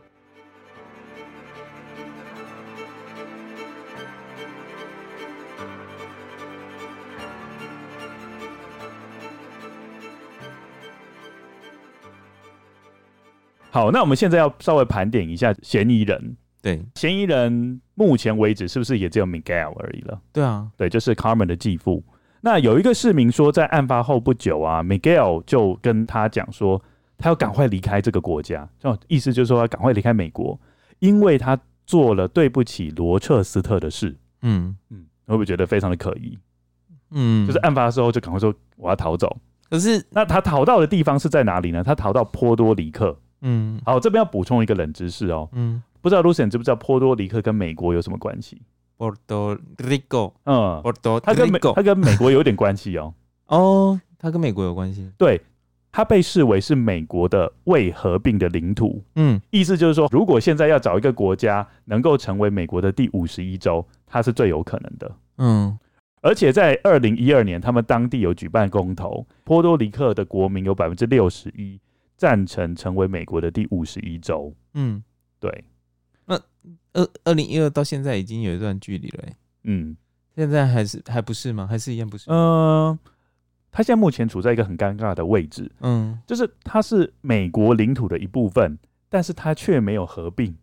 好，那我们现在要稍微盘点一下嫌疑人。
对，
嫌疑人目前为止是不是也只有 Miguel 而已了？
对啊，
对，就是 Carmen 的继父。那有一个市民说，在案发后不久啊 ，Miguel 就跟他讲说，他要赶快离开这个国家，意思就是说要赶快离开美国，因为他做了对不起罗彻斯特的事。会不会觉得非常的可疑？就是案发的时候就赶快说我要逃走。
可是
那他逃到的地方是在哪里呢？他逃到波多黎各。好，这边要补充一个冷知识哦。不知道 Lucien 知不知道波多黎各跟美国有什么关系？
波多黎各，
他跟美国有点关系哦。
他跟美国有关系？
对，他被视为是美国的未合并的领土。意思就是说，如果现在要找一个国家能够成为美国的第51州，它是最有可能的。而且在2012年，他们当地有举办公投，波多黎各的国民有61%赞成成为美国的第51州。对。
那2012到现在已经有一段距离了。现在还不是吗？还是一样不是？
他现在目前处在一个很尴尬的位置。就是他是美国领土的一部分，但是他却没有合并。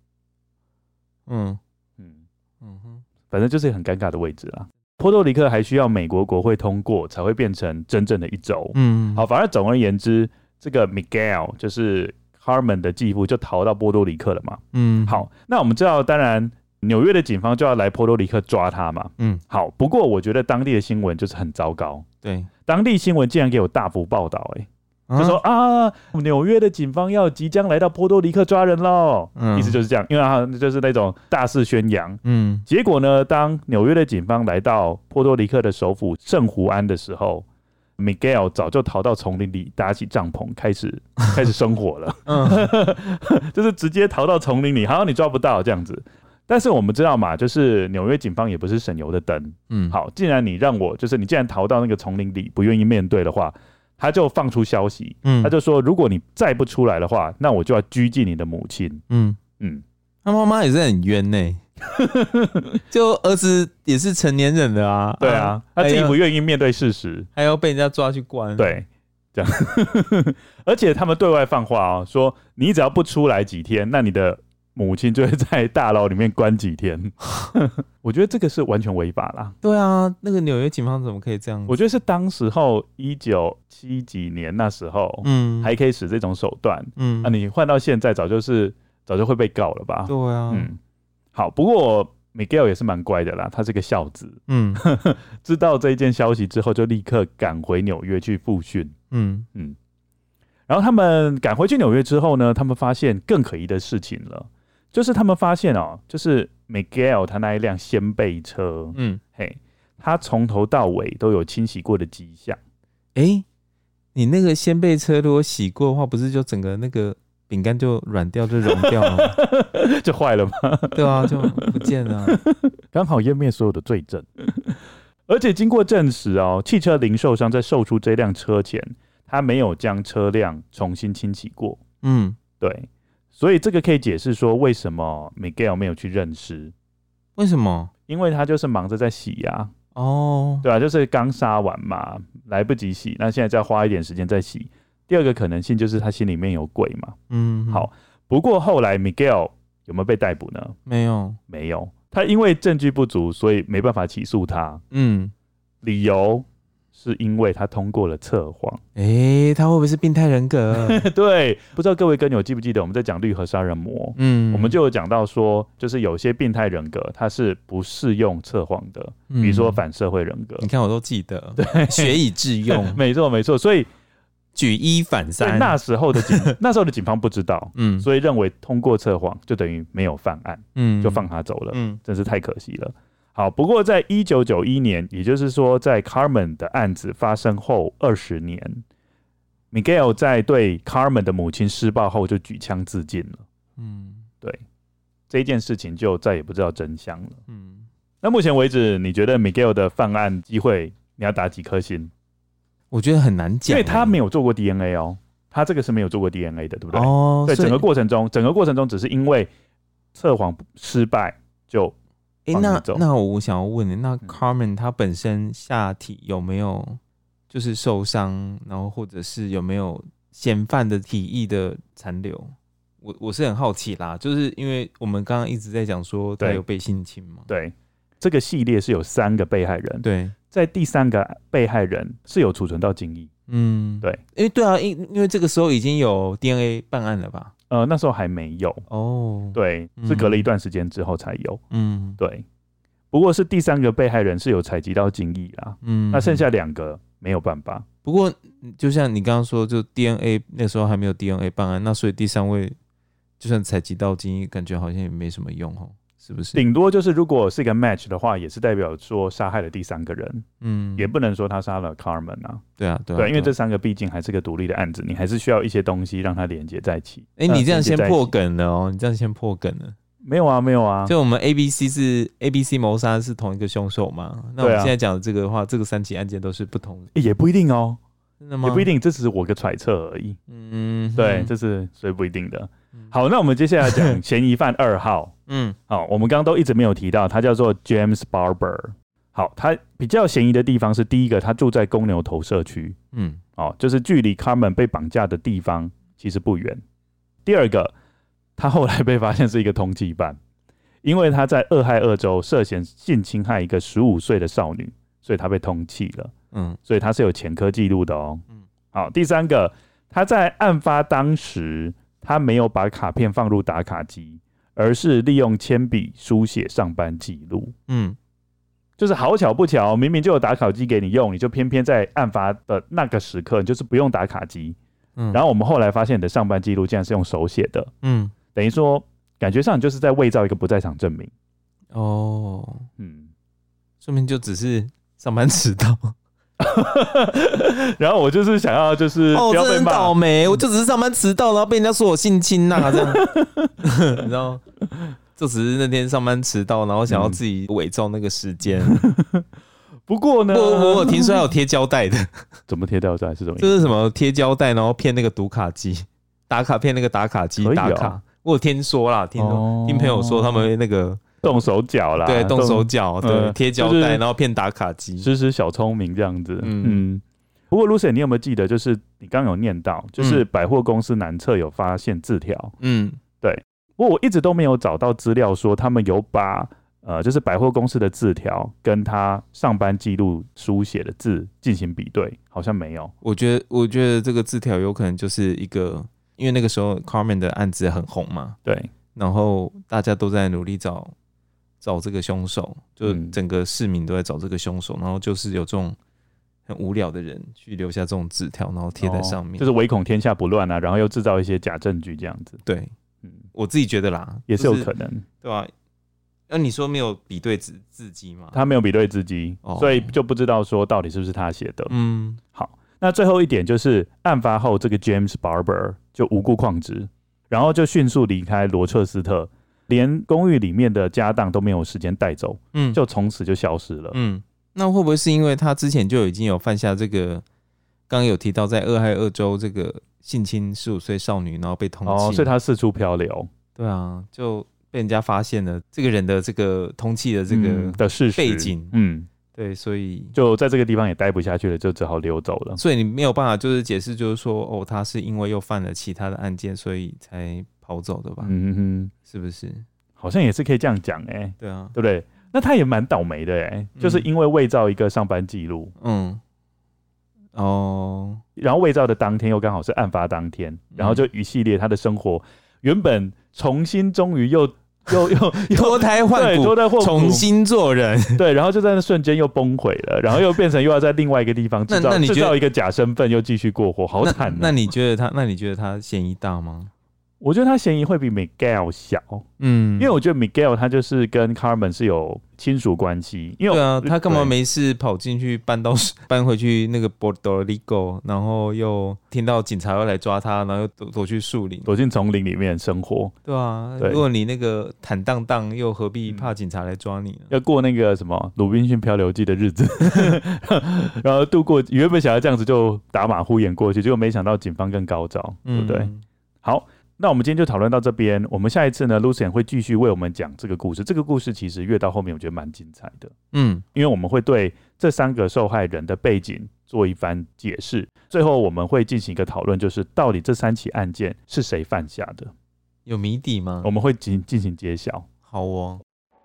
反正就是一个很尴尬的位置啦。波多黎各还需要美国国会通过才会变成真正的一州。好，反正总而言之，这个 Miguel 就是Carmen 的继父就逃到波多黎各了嘛。好，那我们知道，当然纽约的警方就要来波多黎各抓他嘛。好，不过我觉得当地的新闻就是很糟糕。
对，
当地新闻竟然给我大幅报道，就说纽约的警方要即将来到波多黎各抓人喽。意思就是这样，因为他就是那种大肆宣扬。结果呢，当纽约的警方来到波多黎各的首府圣胡安的时候，Miguel 早就逃到丛林里，搭起帐篷，开始生活了。就是直接逃到丛林里，好像你抓不到这样子。但是我们知道嘛，就是纽约警方也不是省油的灯。好，既然你让我，就是你既然逃到那个丛林里，不愿意面对的话，他就放出消息，他就说，如果你再不出来的话，那我就要拘禁你的母亲。
他妈妈也是很冤呢。就儿子也是成年人了啊。
对啊，他自己不愿意面对事实，
还要被人家抓去关。
对，这样。而且他们对外放话说你只要不出来几天，那你的母亲就会在大牢里面关几天。我觉得这个是完全违法啦。
对啊，那个纽约警方怎么可以这样？
我觉得是当时候1970几年那时候，还可以使这种手段。你换到现在早就会被告了吧？
对啊。
好，不过 Miguel 也是蛮乖的啦，他是个孝子，知道这一件消息之后，就立刻赶回纽约去复训，然后他们赶回去纽约之后呢，他们发现更可疑的事情了，就是他们发现就是 Miguel 他那一辆掀背车，他从头到尾都有清洗过的迹象。
你那个掀背车如果洗过的话，不是就整个那个饼干就软掉就融掉了吗？
就坏了吗？
对啊，就不见了，
刚好湮灭所有的罪证。而且经过证实汽车零售商在售出这辆车前，他没有将车辆重新清洗过。对，所以这个可以解释说为什么 Miguel 没有去认尸。
为什么？
因为他就是忙着在洗啊。对啊，就是刚杀完嘛，来不及洗，那现在再花一点时间再洗。第二个可能性就是他心里面有鬼嘛。好，不过后来 Miguel 有没有被逮捕呢？没有，他因为证据不足，所以没办法起诉他。理由是因为他通过了测谎。
他会不会是病态人格？
对，不知道各位跟友记不记得我们在讲绿核杀人魔，我们就有讲到说，就是有些病态人格他是不适用测谎的，比如说反社会人格。
你看我都记得，对，学以致用。
没错，所以
举一反三。
那时候的警方不知道，所以认为通过测谎就等于没有犯案，就放他走了，真是太可惜了。好，不过在1991年，也就是说在 Carmen 的案子发生后20年， Miguel 在对 Carmen 的母亲施暴后就举枪自尽了。对，这一件事情就再也不知道真相了。那目前为止，你觉得 Miguel 的犯案机会你要打几颗星？
我觉得很难讲，
因为他没有做过 DNA 他这个是没有做过 DNA 的，对不对？对，整个过程中只是因为测谎失败就
那我想要问你，那 Carmen 他本身下体有没有就是受伤，然后或者是有没有嫌犯的体液的残留？我是很好奇啦，就是因为我们刚刚一直在讲说他有被性侵嘛。
对，这个系列是有3个被害人。对，在第3个被害人是有储存到精液。对，
因为这个时候已经有 DNA 办案了吧？
那时候还没有对，是隔了一段时间之后才有。对，不过是第3个被害人是有采集到精液啦。那剩下2个没有办法。
不过就像你刚刚说，就 DNA 那时候还没有 DNA 办案，那所以第3位就算采集到精液，感觉好像也没什么用是不是？
顶多就是如果是一个 match 的话，也是代表说杀害了第3个人。也不能说他杀了 Carmen 啊。对，因为这3个毕竟还是个独立的案子，你还是需要一些东西让它连接在一起。
你这样先破梗了你这样先破梗了。
没有啊，
就我们 ABC 谋杀是同一个凶手嘛？那我们现在讲的这个的话，这个3起案件都是不同的。
也不一定
真的吗？
也不一定，这只是我个揣测而已。对，这是所以不一定的。好，那我们接下来讲嫌疑犯2号。好，我们刚刚都一直没有提到，他叫做 James Barber。好，他比较嫌疑的地方是第一个，他住在公牛头社区。就是距离 Carmen 被绑架的地方其实不远。第二个，他后来被发现是一个通缉犯，因为他在俄亥俄州涉嫌性侵害一个15岁的少女，所以他被通缉了。所以他是有前科记录的好，第三个，他在案发当时，他没有把卡片放入打卡机，而是利用铅笔书写上班记录。就是好巧不巧，明明就有打卡机给你用，你就偏偏在案发的那个时刻，你就是不用打卡机。然后我们后来发现你的上班记录竟然是用手写的。等于说感觉上你就是在伪造一个不在场证明。
说明就只是上班迟到。
然后我就是想要就是不要被骂，
真倒霉，我就只是上班迟到，然后被人家说我性侵这样。然后就只是那天上班迟到，然后想要自己伪造那个时间。
不过呢，
我有听说还有贴胶带的。
怎么贴胶带是什么意思？
就是什么贴胶带，然后骗那个读卡机打卡，骗那个打卡机打卡。我有听说啦，听朋友说他们会那个
动手脚啦，
对，动手脚，对，贴胶带，然后骗打卡机，
使小聪明这样子。不过 Lucy， 你有没有记得，就是你刚刚有念到，就是百货公司南侧有发现字条。对。不过我一直都没有找到资料说他们有把就是百货公司的字条跟他上班记录书写的字进行比对，好像没有。
我觉得这个字条有可能就是一个，因为那个时候 Carmen 的案子很红嘛，
对，
然后大家都在努力找找这个凶手，就整个市民都在找这个凶手，然后就是有这种很无聊的人去留下这种纸条，然后贴在上面，
就是唯恐天下不乱啊，然后又制造一些假证据这样子。
对，我自己觉得啦，
也是有可能，
对吧？那你说没有比对字迹吗？
他没有比对字迹，所以就不知道说到底是不是他写的。好，那最后一点就是案发后，这个 James Barber 就无故旷职，然后就迅速离开罗彻斯特，连公寓里面的家当都没有时间带走，就从此就消失了。
那会不会是因为他之前就已经有犯下这个，刚刚有提到在俄亥俄州这个性侵15岁少女，然后被通缉，
所以他四处漂流。
对啊，就被人家发现了这个人的这个通缉的这个
的事实
背景，对，所以
就在这个地方也待不下去了，就只好溜走了。
所以你没有办法就是解释，就是说他是因为又犯了其他的案件，所以才跑走的吧？是不是？
好像也是可以这样讲
对啊，
对不对？那他也蛮倒霉的就是因为伪造一个上班记录，然后伪造的当天又刚好是案发当天，然后就一系列他的生活原本终于又
脱胎换骨，重新做人，
对，然后就在那瞬间又崩毁了，然后又变成又要在另外一个地方制造一个假身份，又继续过活，好惨。
那你觉得他嫌疑大吗？
我觉得他嫌疑会比 Miguel 小，因为我觉得 Miguel 他就是跟 Carmen 是有亲属关系，因为
对啊，他干嘛没事跑进去搬回去那个 Puerto Rico， 然后又听到警察要来抓他，然后又躲去树林，
躲进丛林里面生活。
对啊，如果你那个坦荡荡，又何必怕警察来抓你呢？
要过那个什么《鲁滨逊漂流记》的日子，然后度过原本想要这样子就打马虎眼过去，结果没想到警方更高招，对不对？好。那我们今天就讨论到这边，我们下一次呢 Lucien 会继续为我们讲这个故事。这个故事其实越到后面我觉得蛮精彩的，因为我们会对这3个受害人的背景做一番解释，最后我们会进行一个讨论，就是到底这3起案件是谁犯下的，
有谜底吗？
我们会进行揭晓。
好哦。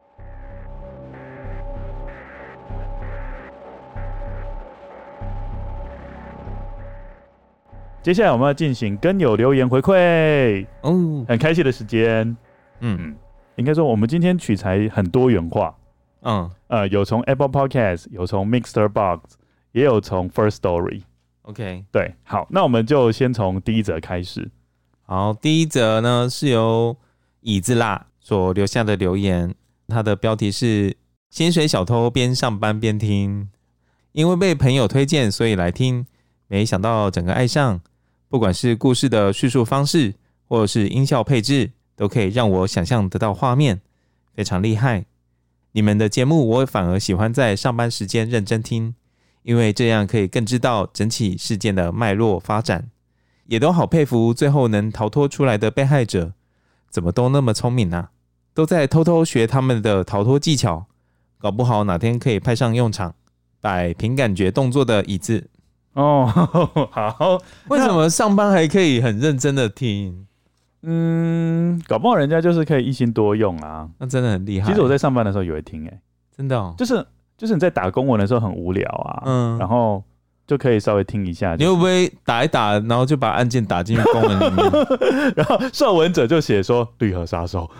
接下来我们要进行跟友留言回馈很开心的时间。应该说我们今天取材很多元化。有从 Apple Podcast， 有从 Mixer Box， 也有从 First Story。OK， 对，好，那我们就先从第一则开始。
好，第一则呢是由椅子啦所留下的留言，它的标题是薪水小偷边上班边听，因为被朋友推荐所以来听，没想到整个爱上。不管是故事的叙述方式，或者是音效配置，都可以让我想象得到画面，非常厉害。你们的节目我反而喜欢在上班时间认真听，因为这样可以更知道整起事件的脉络发展，也都好佩服最后能逃脱出来的被害者，怎么都那么聪明啊，都在偷偷学他们的逃脱技巧，搞不好哪天可以派上用场。摆凭感觉动作的椅子。
好，
为什么上班还可以很认真的听？
搞不好人家就是可以一心多用啊，
那真的很厉害。
其实我在上班的时候也会听
真的
就是你在打公文的时候很无聊啊，然后就可以稍微听一下。
你会不会打一打，然后就把案件打进去公文里面，
然后受文者就写说绿河杀手，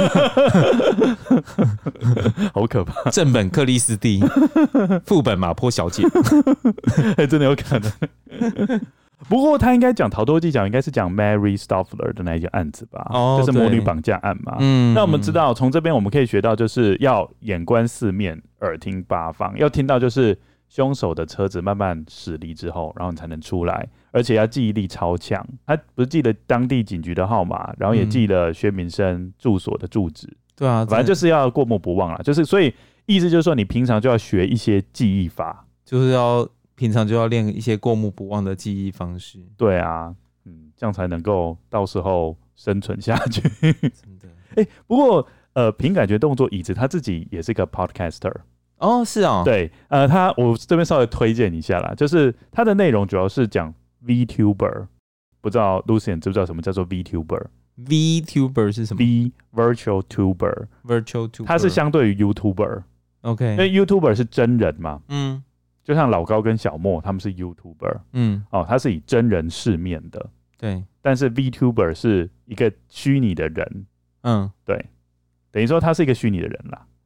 好可怕。
正本克里斯蒂，副本马坡小姐，
真的有可能。不过他应该讲逃脱技巧，应该是讲 Mary Stoffler 的那一件案子吧，就是魔女绑架案嘛。那我们知道从这边我们可以学到，就是要眼观四面，耳听八方，要听到就是凶手的车子慢慢驶离之后，然后你才能出来，而且要记忆力超强。他不是记得当地警局的号码，然后也记了薛明生住所的住址。
对啊，
反正就是要过目不忘啦。就是所以意思就是说，你平常就要学一些记忆法，
就是要平常就要练一些过目不忘的记忆方式。
对啊，这样才能够到时候生存下去。
真的。
不过凭感觉动作椅子他自己也是个 podcaster。
是哦。
对，我这边稍微推荐一下啦，就是他的内容主要是讲 VTuber， 不知道 Lucien 知不知道什么叫做 VTuber？VTuber
是什么
？V Virtual Tuber， 它是相对于 YouTuber。OK， 因为 YouTuber 是真人嘛，就像老高跟小莫他们是 YouTuber，他是以真人示面的，
对。
但是 VTuber 是一个虚拟的人，对，等于说他是一个虚拟的人啦。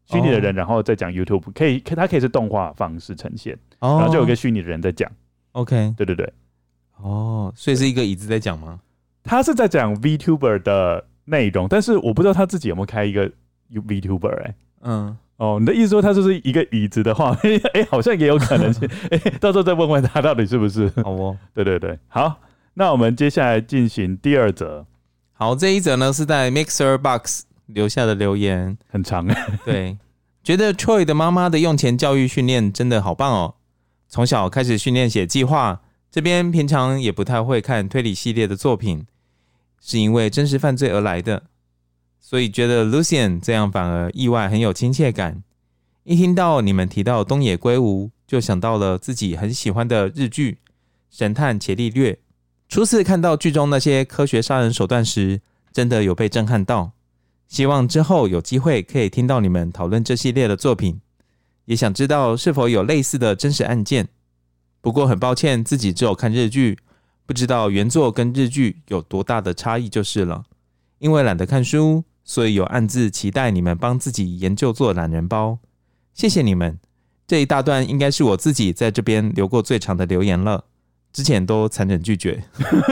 虚拟的人，然后再讲 YouTube， 它可以是动画方式呈现，然后就有一个虚拟的人在讲。
OK，
对对对。
所以是一个椅子在讲吗？
他是在讲 VTuber 的内容，但是我不知道他自己有没有开一个 VTuber 你的意思说他就是一个椅子的画面？好像也有可能是，到时候再问问他到底是不是。
好哦，
对对对，好，那我们接下来进行第二则。
好，这一则呢是在 Mixer Box 留下的留言，
很长
对，觉得 Troy 的妈妈的用钱教育训练真的好棒哦，从小开始训练写计划，这边平常也不太会看推理系列的作品，是因为真实犯罪而来的，所以觉得 Lucien 这样反而意外很有亲切感。一听到你们提到东野圭吾，就想到了自己很喜欢的日剧《神探伽利略》。初次看到剧中那些科学杀人手段时，真的有被震撼到。希望之后有机会可以听到你们讨论这系列的作品，也想知道是否有类似的真实案件。不过很抱歉，自己只有看日剧，不知道原作跟日剧有多大的差异就是了。因为懒得看书，所以有暗自期待你们帮自己研究做懒人包。谢谢你们，这一大段应该是我自己在这边留过最长的留言了，之前都残忍拒绝。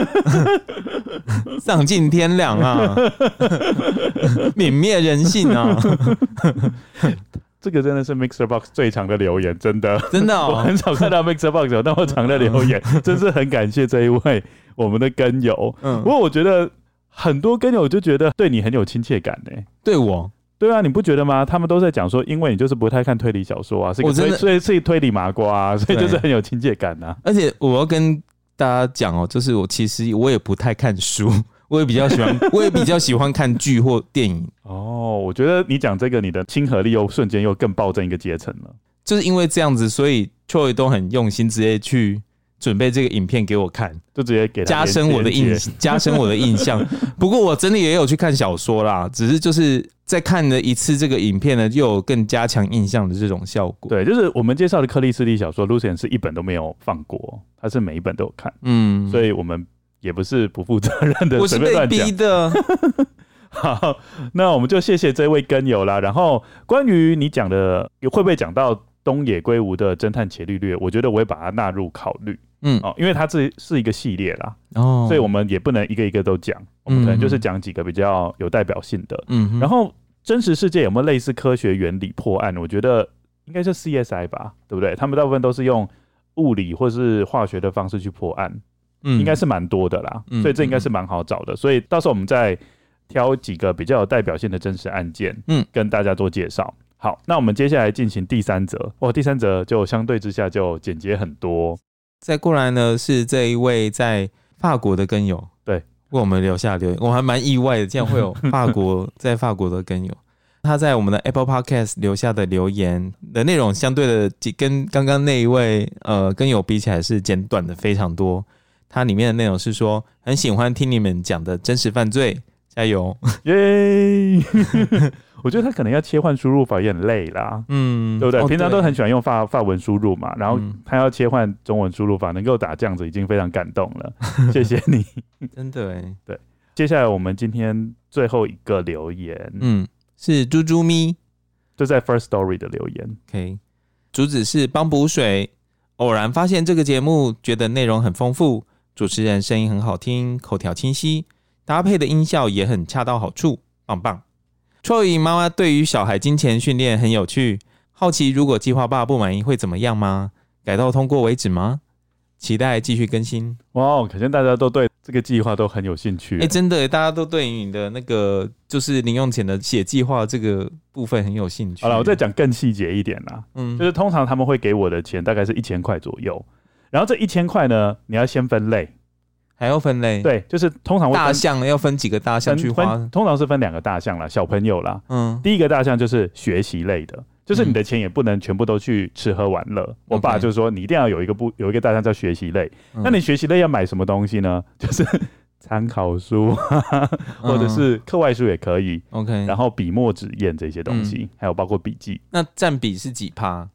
丧尽天良啊，泯灭人性啊。
这个真的是 Mixer Box 最长的留言，真的
我
很少看到 Mixer Box 有那么长的留言，真是很感谢这一位我们的根友。不过我觉得很多根友就觉得对你很有亲切感呢。
对我？
对啊，你不觉得吗？他们都在讲说，因为你就是不太看推理小说啊，是推理麻瓜啊，所以就是很有亲切感啊。
而且我要跟大家讲就是其实我也不太看书，我也比较喜欢看剧或电影。
我觉得你讲这个，你的亲和力又瞬间又更暴增一个阶层了。
就是因为这样子，所以 Troy 都很用心，直接去准备这个影片给我看，
就直接给他
加深我的印象。不过我真的也有去看小说啦，只是就是再看了一次这个影片呢，又有更加强印象的这种效果。
对，就是我们介绍的克里斯蒂小说 Lucien 是一本都没有放过，他是每一本都有看。所以我们也不是不负责任的，
我是被逼的。
好，那我们就谢谢这位根友啦。然后关于你讲的会不会讲到东野圭吾的侦探伽利略，我觉得我会把它纳入考虑。因为它是一个系列啦，所以我们也不能一个一个都讲，我们可能就是讲几个比较有代表性的。然后真实世界有没有类似科学原理破案？我觉得应该是 CSI 吧，对不对？他们大部分都是用物理或是化学的方式去破案，应该是蛮多的啦，所以这应该是蛮好找的。所以到时候我们再挑几个比较有代表性的真实案件，跟大家做介绍。好，那我们接下来进行第三则。第三则就相对之下就简洁很多。
再过来呢是这一位在法国的根友，对，为我们留下留言，我还蛮意外的，竟然会有在法国的根友。他在我们的 Apple Podcast 留下的留言的内容，相对的跟刚刚那一位根友比起来是简短的非常多。它里面的内容是说，很喜欢听你们讲的真实犯罪，加油，
耶！我觉得他可能要切换输入法也很累啦，对不对？平常都很喜欢用法文输入嘛，然后他要切换中文输入法，能够打这样子已经非常感动了，谢谢你，
真的耶。
对，接下来我们今天最后一个留言，
是猪猪咪，
就在 First Story 的留言。
OK， 主旨是帮补水，偶然发现这个节目，觉得内容很丰富，主持人声音很好听，口条清晰，搭配的音效也很恰到好处，棒棒。Troy 妈妈对于小孩金钱训练很有趣，好奇如果计划爸不满意会怎么样吗？改到通过为止吗？期待继续更新。
哇，可见大家都对这个计划都很有兴趣。
真的耶，大家都对于你的那个就是零用钱的写计划这个部分很有兴趣。
好了，我再讲更细节一点啦。就是通常他们会给我的钱大概是1000块左右，然后这1000块呢，你要先分类。
还要分类？
对，就是通常会
大项要分几个大项去花，
通常是分2个大项啦，小朋友啦。第一个大项就是学习类的，就是你的钱也不能全部都去吃喝玩乐。我爸就说你一定要有一个大项叫学习类。那你学习类要买什么东西呢？就是参考书或者是课外书也可以。然后笔墨纸砚这些东西，还有包括笔记。
那占比是几%？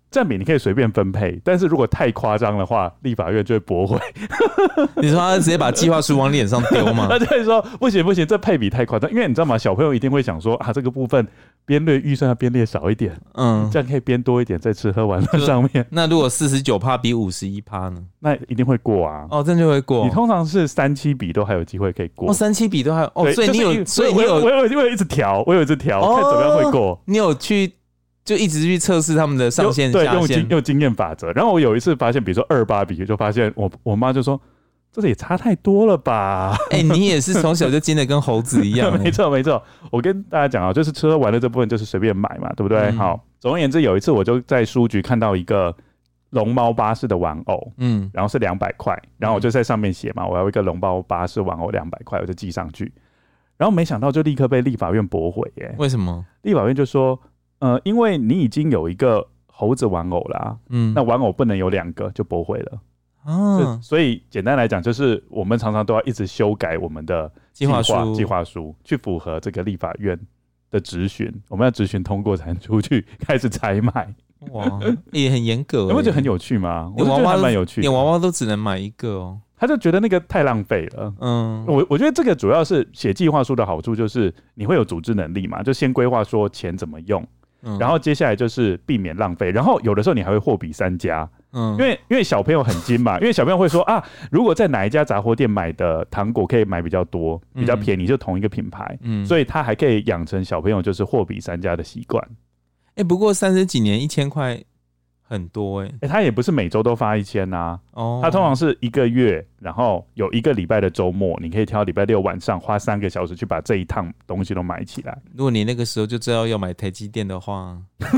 占比你可以随便分配，但是如果太夸张的话，立法院就会驳回。
你说他直接把计划书往脸上丢吗？
他就会说不行不行，这配比太夸张，因为你知道吗？小朋友一定会想说啊，这个部分编列预算要编列少一点，这样可以编多一点在吃喝玩乐上面。
那如果 49% 比 51% 呢？
那一定会过啊。
哦，这样就会过。
你通常是3-7比都还有机会可以过。
哦，3-7比都还有。哦，所以你有，所以你有，
我有一直调，看怎么样会过。
你有去。就一直去测试他们的上限下限，
用经验法则。然后我有一次发现，比如说2-8比，就发现我妈就说：“这个也差太多了吧？”
你也是从小就精的跟猴子一样。
没错。我跟大家讲啊，就是吃喝玩乐这部分就是随便买嘛，对不对？好，总而言之，有一次我就在书局看到一个龙猫巴士的玩偶，然后是200块，然后我就在上面写嘛，我要一个龙猫巴士玩偶200块，我就寄上去。然后没想到就立刻被立法院驳回耶。
为什么？
立法院就说。因为你已经有一个猴子玩偶啦，那玩偶不能有2个，就驳回了。所以简单来讲，就是我们常常都要一直修改我们的计划书，去符合这个立法院的质询，我们要质询通过才能出去开始采买。
哇，也很严格，
你会觉得很有趣吗？我觉得还蛮有趣的。
连娃娃都只能买1个哦。
他就觉得那个太浪费了。我觉得这个主要是写计划书的好处，就是你会有组织能力嘛，就先规划说钱怎么用。然后接下来就是避免浪费，然后有的时候你还会货比三家，因为小朋友很精嘛，因为小朋友会说啊，如果在哪一家杂货店买的糖果可以买比较多、比较便宜，就同一个品牌，所以他还可以养成小朋友就是货比三家的习惯。
不过30几年1000块很多
他也不是每周都发1000啊，他通常是1个月，然后有1个礼拜的周末，你可以挑礼拜6晚上花3个小时去把这一趟东西都买起来。
如果你那个时候就知道要买台积电的话，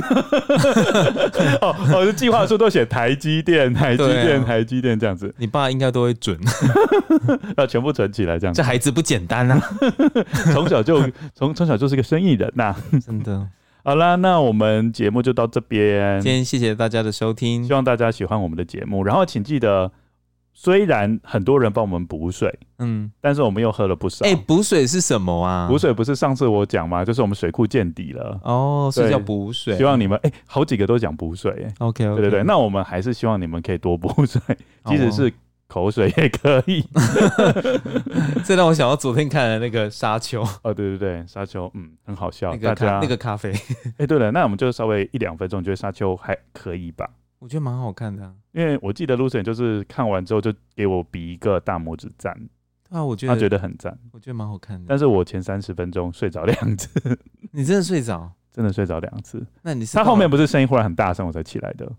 计划书都写台积电这样子，
你爸应该都会准，
要全部存起来这样子。
这孩子不简单啊，
从小就是个生意人呐，
真的。
好啦，那我们节目就到这边。
今天谢谢大家的收听，
希望大家喜欢我们的节目。然后请记得，虽然很多人帮我们补水，但是我们又喝了不少。
补水是什么啊？
补水不是上次我讲吗？就是我们水库见底了。
所以叫补水。
希望你们好几个都讲补水。
OK，
对。那我们还是希望你们可以多补水，即使是口水也可以。
这让我想到昨天看的那个沙丘。
对，沙丘，很好笑。
那个咖啡。
对了，那我们就稍微1-2分钟，觉得沙丘还可以吧？
我觉得蛮好看的啊。
因为我记得 Lucian 就是看完之后就给我比一个大拇指赞。
我觉得他
觉得很赞，
我觉得蛮好看的。
但是我前30分钟睡着2次。
你真的睡着？
真的睡着2次。
那你是
他后面不是声音忽然很大声我才起来的。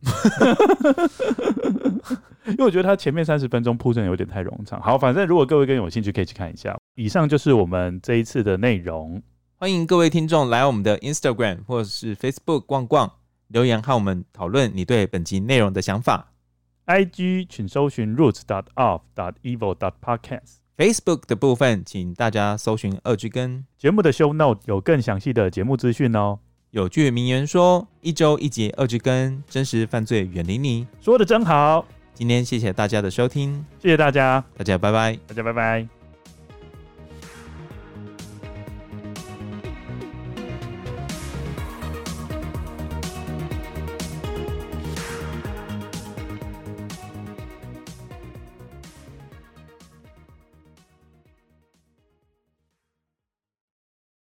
因为我觉得他前面30分钟铺陈有点太冗长。好，反正如果各位更有兴趣可以去看一下。以上就是我们这一次的内容。
欢迎各位听众来我们的 Instagram 或者是 Facebook 逛逛，留言和我们讨论你对本集内容的想法。
IG 请搜寻 roots.of.evil.podcast。
Facebook 的部分请大家搜寻2句根。
节目的 show note 有更详细的节目资讯哦。
有句名言说，1周1节2句根，真实犯罪远离你。
说得真好。
今天谢谢大家的收听，
谢谢大家，
大家拜拜，
大家拜拜。